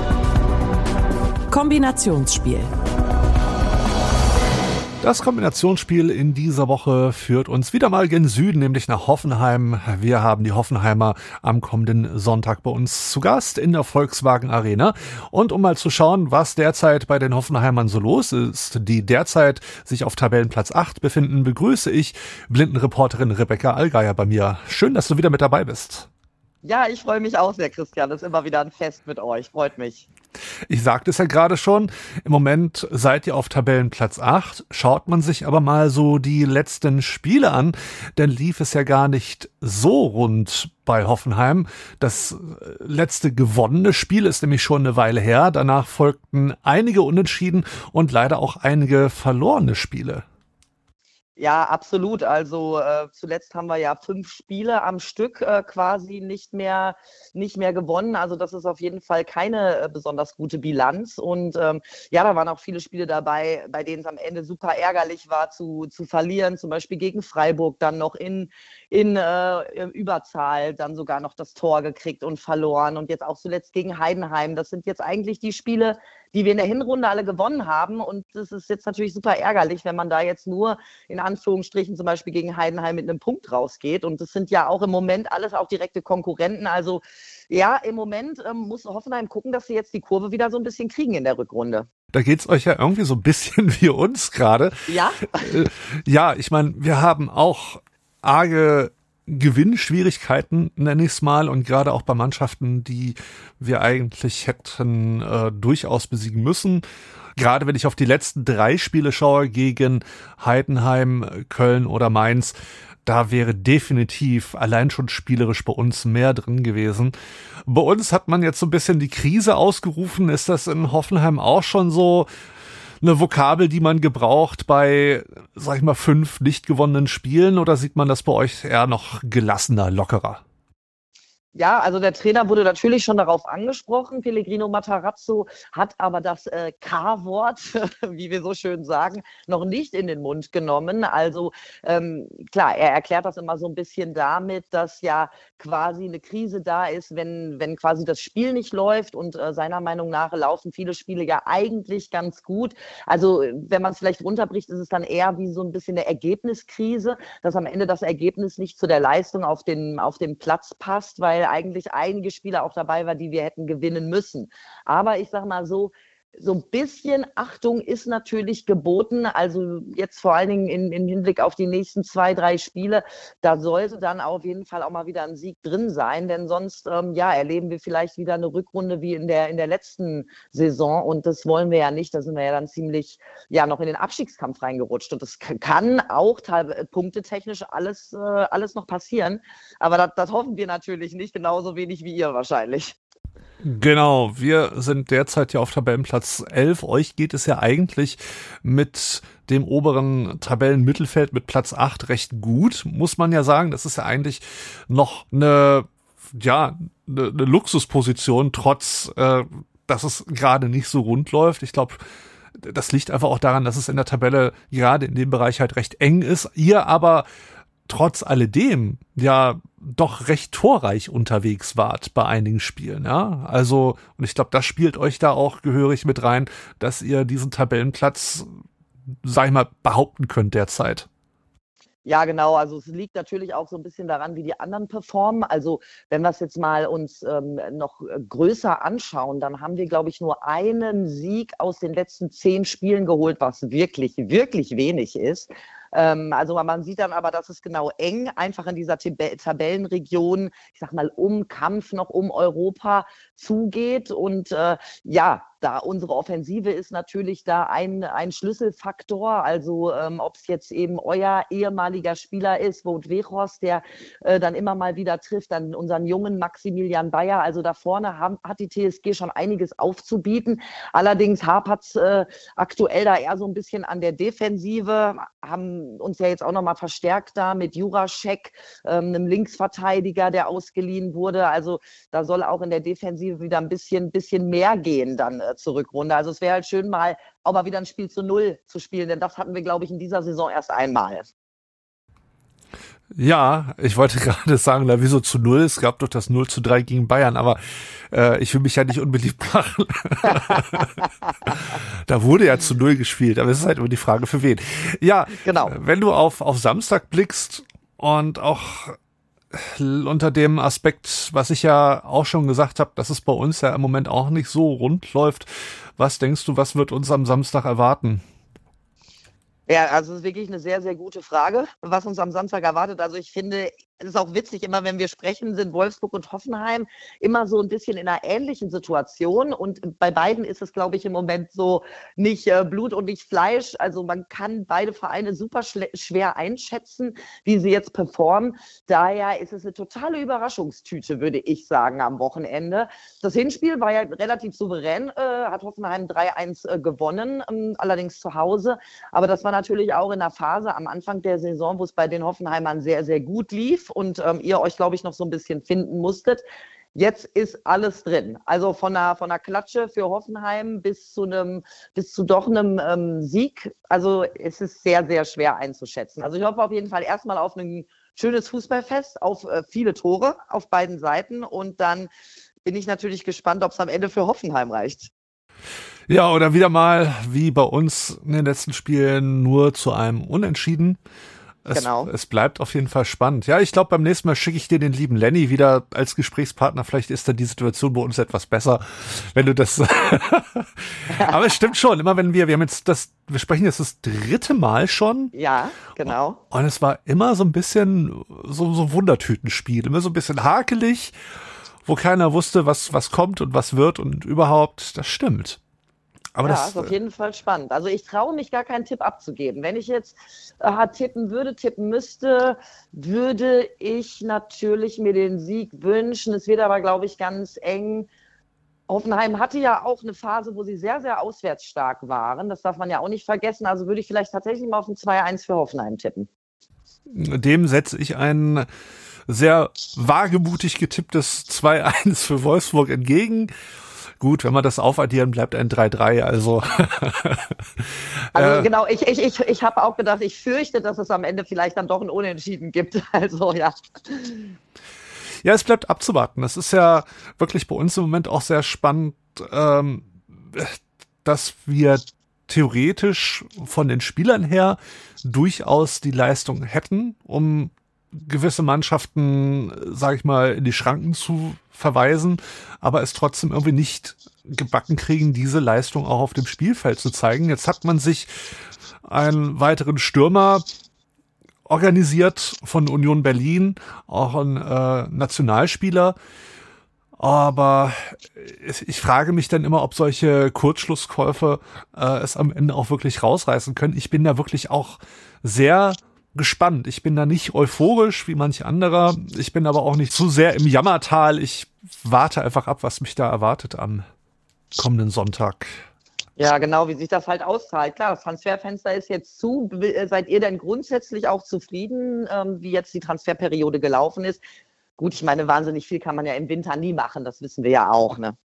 Kombinationsspiel. Das Kombinationsspiel in dieser Woche führt uns wieder mal gen Süden, nämlich nach Hoffenheim. Wir haben die Hoffenheimer am kommenden Sonntag bei uns zu Gast in der Volkswagen Arena. Und um mal zu schauen, was derzeit bei den Hoffenheimern so los ist, die derzeit sich auf Tabellenplatz 8 befinden, begrüße ich Blindenreporterin Rebecca Allgeier bei mir. Schön, dass du wieder mit dabei bist. Ja, ich freue mich auch sehr, Christian. Das ist immer wieder ein Fest mit euch. Freut mich. Ich sagte es ja gerade schon, im Moment seid ihr auf Tabellenplatz 8. Schaut man sich aber mal so die letzten Spiele an, dann lief es ja gar nicht so rund bei Hoffenheim. Das letzte gewonnene Spiel ist nämlich schon eine Weile her. Danach folgten einige Unentschieden und leider auch einige verlorene Spiele. Ja, absolut. Also zuletzt haben wir ja 5 Spiele am Stück quasi nicht mehr gewonnen. Also das ist auf jeden Fall keine besonders gute Bilanz. Und ja, da waren auch viele Spiele dabei, bei denen es am Ende super ärgerlich war zu verlieren. Zum Beispiel gegen Freiburg dann noch in Überzahl dann sogar noch das Tor gekriegt und verloren. Und jetzt auch zuletzt gegen Heidenheim. Das sind jetzt eigentlich die Spiele, die wir in der Hinrunde alle gewonnen haben. Und das ist jetzt natürlich super ärgerlich, wenn man da jetzt nur in Anführungsstrichen zum Beispiel gegen Heidenheim mit einem Punkt rausgeht. Und das sind ja auch im Moment alles auch direkte Konkurrenten. Also ja, im Moment muss Hoffenheim gucken, dass sie jetzt die Kurve wieder so ein bisschen kriegen in der Rückrunde. Da geht's euch ja irgendwie so ein bisschen wie uns gerade. Ja? Ja, ich meine, wir haben auch arge Gewinnschwierigkeiten, nenne ich es mal, und gerade auch bei Mannschaften, die wir eigentlich hätten durchaus besiegen müssen. Gerade wenn ich auf die letzten 3 Spiele schaue gegen Heidenheim, Köln oder Mainz, da wäre definitiv allein schon spielerisch bei uns mehr drin gewesen. Bei uns hat man jetzt so ein bisschen die Krise ausgerufen. Ist das in Hoffenheim auch schon so eine Vokabel, die man gebraucht bei, sag ich mal, 5 nicht gewonnenen Spielen, oder sieht man das bei euch eher noch gelassener, lockerer? Ja, also der Trainer wurde natürlich schon darauf angesprochen. Pellegrino Matarazzo hat aber das K-Wort, wie wir so schön sagen, noch nicht in den Mund genommen. Also klar, er erklärt das immer so ein bisschen damit, dass ja quasi eine Krise da ist, wenn quasi das Spiel nicht läuft, und seiner Meinung nach laufen viele Spiele ja eigentlich ganz gut. Also wenn man es vielleicht runterbricht, ist es dann eher wie so ein bisschen eine Ergebniskrise, dass am Ende das Ergebnis nicht zu der Leistung auf dem Platz passt, weil eigentlich einige Spieler auch dabei war, die wir hätten gewinnen müssen. Aber ich sage mal so ein bisschen Achtung ist natürlich geboten. Also jetzt vor allen Dingen im Hinblick auf die nächsten 2, 3 Spiele, da sollte dann auf jeden Fall auch mal wieder ein Sieg drin sein, denn sonst erleben wir vielleicht wieder eine Rückrunde wie in der letzten Saison, und das wollen wir ja nicht. Da sind wir ja dann ziemlich noch in den Abstiegskampf reingerutscht, und das kann auch punktetechnisch alles noch passieren, aber das hoffen wir natürlich nicht, genauso wenig wie ihr wahrscheinlich. Genau, wir sind derzeit ja auf Tabellenplatz 11. Euch geht es ja eigentlich mit dem oberen Tabellenmittelfeld mit Platz 8 recht gut, muss man ja sagen. Das ist ja eigentlich noch eine Luxusposition, trotz, dass es gerade nicht so rund läuft. Ich glaube, das liegt einfach auch daran, dass es in der Tabelle gerade in dem Bereich halt recht eng ist. Ihr aber trotz alledem ja doch recht torreich unterwegs wart bei einigen Spielen, ja. Also, und ich glaube, das spielt euch da auch gehörig mit rein, dass ihr diesen Tabellenplatz, sag ich mal, behaupten könnt derzeit. Ja, genau. Also es liegt natürlich auch so ein bisschen daran, wie die anderen performen. Also wenn wir es jetzt mal uns noch größer anschauen, dann haben wir, glaube ich, nur einen Sieg aus den letzten 10 Spielen geholt, was wirklich, wirklich wenig ist. Also man sieht dann aber, dass es genau eng einfach in dieser Tabellenregion, ich sag mal, um Kampf noch um Europa zugeht. Und da unsere Offensive ist natürlich da ein Schlüsselfaktor. Also ob es jetzt eben euer ehemaliger Spieler ist, Wout Weghorst, der dann immer mal wieder trifft, dann unseren jungen Maximilian Bayer. Also da vorne hat die TSG schon einiges aufzubieten. Allerdings hapert es aktuell da eher so ein bisschen an der Defensive, haben uns ja jetzt auch nochmal verstärkt da mit Juraschek, einem Linksverteidiger, der ausgeliehen wurde. Also da soll auch in der Defensive wieder ein bisschen mehr gehen dann zur Rückrunde. Also es wäre halt schön, mal auch mal wieder ein Spiel zu 0 zu spielen, denn das hatten wir, glaube ich, in dieser Saison erst einmal. Ja, ich wollte gerade sagen, na, wieso zu 0? Es gab doch das 0:3 gegen Bayern, aber ich will mich ja nicht unbeliebt machen. Da wurde ja zu 0 gespielt, aber es ist halt immer die Frage, für wen. Ja, genau. Wenn du auf Samstag blickst und auch unter dem Aspekt, was ich ja auch schon gesagt habe, dass es bei uns ja im Moment auch nicht so rund läuft, was denkst du, was wird uns am Samstag erwarten? Ja, also es ist wirklich eine sehr, sehr gute Frage, was uns am Samstag erwartet. Also ich finde, es ist auch witzig, immer wenn wir sprechen, sind Wolfsburg und Hoffenheim immer so ein bisschen in einer ähnlichen Situation. Und bei beiden ist es, glaube ich, im Moment so nicht Blut und nicht Fleisch. Also man kann beide Vereine super schwer einschätzen, wie sie jetzt performen. Daher ist es eine totale Überraschungstüte, würde ich sagen, am Wochenende. Das Hinspiel war ja relativ souverän, hat Hoffenheim 3-1 gewonnen, allerdings zu Hause. Aber das war natürlich auch in der Phase am Anfang der Saison, wo es bei den Hoffenheimern sehr, sehr gut lief und ihr euch, glaube ich, noch so ein bisschen finden musstet. Jetzt ist alles drin. Also von einer Klatsche für Hoffenheim bis zu doch einem Sieg. Also es ist sehr, sehr schwer einzuschätzen. Also ich hoffe auf jeden Fall erstmal auf ein schönes Fußballfest, auf viele Tore auf beiden Seiten. Und dann bin ich natürlich gespannt, ob es am Ende für Hoffenheim reicht. Ja, oder wieder mal, wie bei uns in den letzten Spielen, nur zu einem Unentschieden. Es bleibt auf jeden Fall spannend. Ja, ich glaube, beim nächsten Mal schicke ich dir den lieben Lenny wieder als Gesprächspartner. Vielleicht ist dann die Situation bei uns etwas besser, wenn du das. Aber es stimmt schon, immer wenn wir sprechen jetzt das 3. Mal schon. Ja, genau. Und es war immer so ein bisschen so Wundertütenspiel, immer so ein bisschen hakelig, wo keiner wusste, was kommt und was wird und überhaupt, das stimmt. Aber ja, das ist auf jeden Fall spannend. Also ich traue mich gar keinen Tipp abzugeben. Wenn ich jetzt tippen müsste, würde ich natürlich mir den Sieg wünschen. Es wird aber, glaube ich, ganz eng. Hoffenheim hatte ja auch eine Phase, wo sie sehr, sehr auswärts stark waren. Das darf man ja auch nicht vergessen. Also würde ich vielleicht tatsächlich mal auf ein 2-1 für Hoffenheim tippen. Dem setze ich ein sehr wagemutig getipptes 2-1 für Wolfsburg entgegen. Gut, wenn wir das aufaddieren, bleibt ein 3-3, also. Genau, ich habe auch gedacht, ich fürchte, dass es am Ende vielleicht dann doch ein Unentschieden gibt, also ja. Ja, es bleibt abzuwarten. Es ist ja wirklich bei uns im Moment auch sehr spannend, dass wir theoretisch von den Spielern her durchaus die Leistung hätten, um gewisse Mannschaften, sage ich mal, in die Schranken zu verweisen, aber es trotzdem irgendwie nicht gebacken kriegen, diese Leistung auch auf dem Spielfeld zu zeigen. Jetzt hat man sich einen weiteren Stürmer organisiert von Union Berlin, auch ein Nationalspieler. Aber ich frage mich dann immer, ob solche Kurzschlusskäufe es am Ende auch wirklich rausreißen können. Ich bin da wirklich auch sehr gespannt. Ich bin da nicht euphorisch wie manch anderer. Ich bin aber auch nicht zu sehr im Jammertal. Ich warte einfach ab, was mich da erwartet am kommenden Sonntag. Ja, genau, wie sich das halt auszahlt. Klar, das Transferfenster ist jetzt zu. Seid ihr denn grundsätzlich auch zufrieden, wie jetzt die Transferperiode gelaufen ist? Gut, ich meine, wahnsinnig viel kann man ja im Winter nie machen. Das wissen wir ja auch, ne?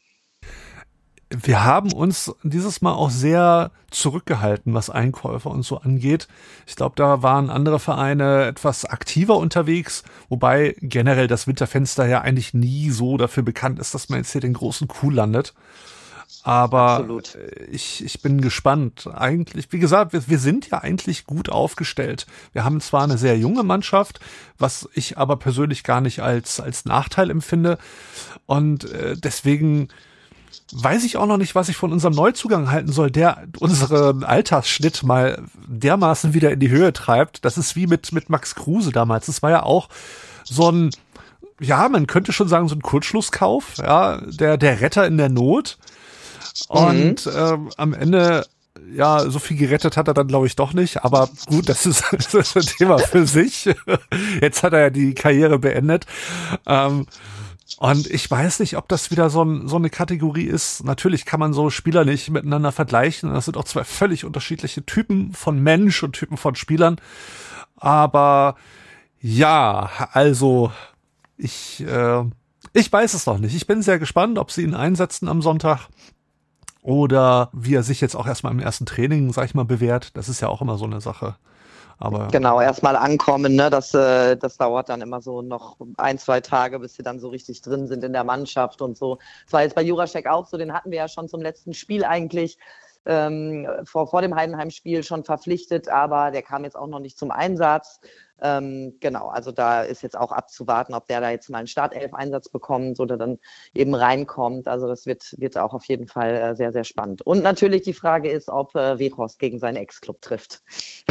Wir haben uns dieses Mal auch sehr zurückgehalten, was Einkäufe und so angeht. Ich glaube, da waren andere Vereine etwas aktiver unterwegs, wobei generell das Winterfenster ja eigentlich nie so dafür bekannt ist, dass man jetzt hier den großen Coup landet. Aber ich bin gespannt. Eigentlich, wie gesagt, wir sind ja eigentlich gut aufgestellt. Wir haben zwar eine sehr junge Mannschaft, was ich aber persönlich gar nicht als Nachteil empfinde. Und deswegen weiß ich auch noch nicht, was ich von unserem Neuzugang halten soll, der unseren Altersschnitt mal dermaßen wieder in die Höhe treibt. Das ist wie mit Max Kruse damals. Das war ja auch so ein, ja, man könnte schon sagen, so ein Kurzschlusskauf, ja, der Retter in der Not. Und am Ende, ja, so viel gerettet hat er dann, glaube ich, doch nicht. Aber gut, das ist ein Thema für sich. Jetzt hat er ja die Karriere beendet. Und ich weiß nicht, ob das wieder so eine Kategorie ist. Natürlich kann man so Spieler nicht miteinander vergleichen. Das sind auch zwei völlig unterschiedliche Typen von Mensch und Typen von Spielern. Aber ja, also ich weiß es noch nicht. Ich bin sehr gespannt, ob sie ihn einsetzen am Sonntag oder wie er sich jetzt auch erstmal im ersten Training, sag ich mal, bewährt. Das ist ja auch immer so eine Sache. Aber genau, erstmal ankommen, ne? Das dauert dann immer so noch 1-2 Tage, bis sie dann so richtig drin sind in der Mannschaft und so. Das war jetzt bei Juraschek auch so, den hatten wir ja schon zum letzten Spiel eigentlich vor dem Heidenheim-Spiel schon verpflichtet, aber der kam jetzt auch noch nicht zum Einsatz. Genau, also da ist jetzt auch abzuwarten, ob der da jetzt mal einen Startelf-Einsatz bekommt oder dann eben reinkommt. Also das wird auch auf jeden Fall sehr, sehr spannend. Und natürlich die Frage ist, ob Weghorst gegen seinen Ex-Club trifft.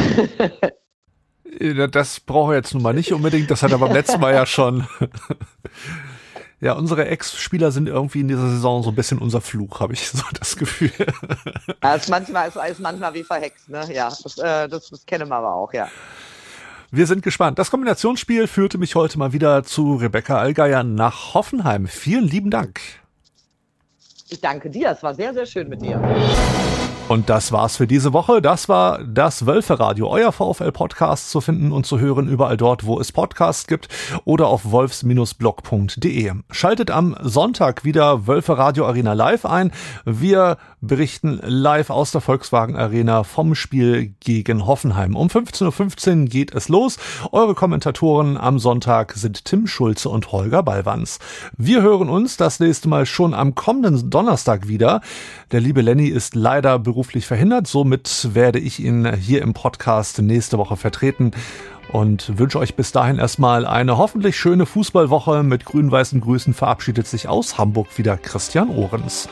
Das braucht er jetzt nun mal nicht unbedingt, das hat er beim letzten Mal ja schon. Ja, unsere Ex-Spieler sind irgendwie in dieser Saison so ein bisschen unser Fluch, habe ich so das Gefühl. Ja, ist manchmal wie verhext, ne? Ja, das kennen wir aber auch, ja. Wir sind gespannt. Das Kombinationsspiel führte mich heute mal wieder zu Rebecca Allgeier nach Hoffenheim. Vielen lieben Dank. Ich danke dir, es war sehr, sehr schön mit dir. Und das war's für diese Woche. Das war das Wölferadio, euer VfL-Podcast zu finden und zu hören überall dort, wo es Podcasts gibt oder auf wolfs-blog.de. Schaltet am Sonntag wieder Wölferadio Arena live ein. Wir berichten live aus der Volkswagen Arena vom Spiel gegen Hoffenheim. Um 15:15 Uhr geht es los. Eure Kommentatoren am Sonntag sind Tim Schulze und Holger Ballwanz. Wir hören uns das nächste Mal schon am kommenden Donnerstag wieder. Der liebe Lenny ist leider beruflich verhindert, somit werde ich ihn hier im Podcast nächste Woche vertreten. und wünsche euch bis dahin erstmal eine hoffentlich schöne Fußballwoche. Mit grün-weißen Grüßen verabschiedet sich aus Hamburg wieder Christian Ohrens.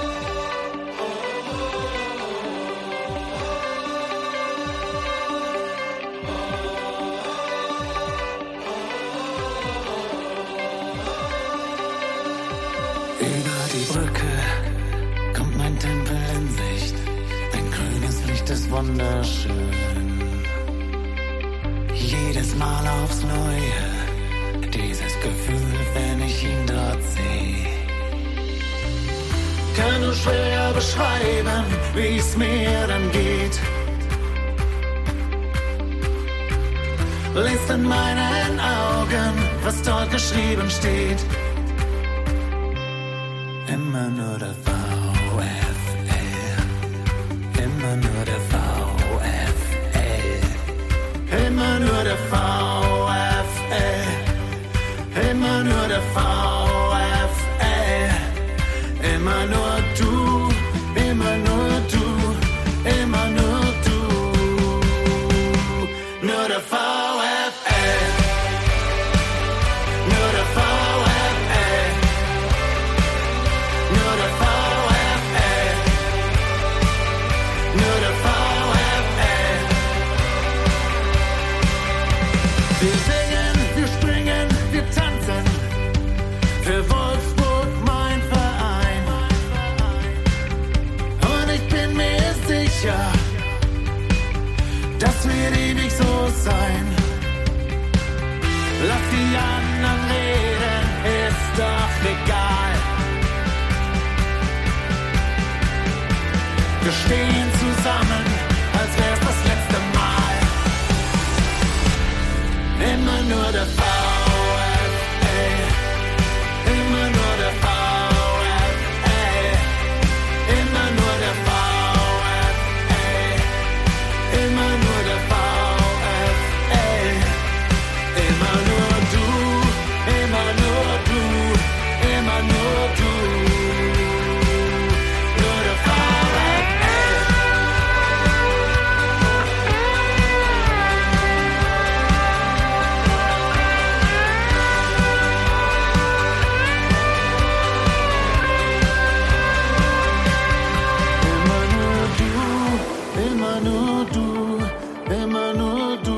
Über die Brücke kommt mein Tempel in Sicht. Ein grünes Licht ist wunderschön. Jedes Mal aufs Neue, dieses Gefühl, wenn ich ihn dort sehe. Kann nur schwer beschreiben, wie es mir dann geht. Lest in meinen Augen, was dort geschrieben steht. Immer nur der VfL, immer nur der VfL, immer nur der VfL, immer nur der VfL, immer nur du, immer nur du, immer nur du, nur der VfL. Wir singen, wir springen, wir tanzen, für Wolfsburg mein Verein. Und ich bin mir sicher, das wird ewig so sein. Lass die anderen reden, ist doch egal. Wir stehen zusammen, als wär's das letzte Mal. Immer nur der VfL, immer nur der VfL, immer nur der VfL, immer nur der VfL, immer nur du, immer nur du, immer nur du, nur der VfL. Immer nur du, immer nur du.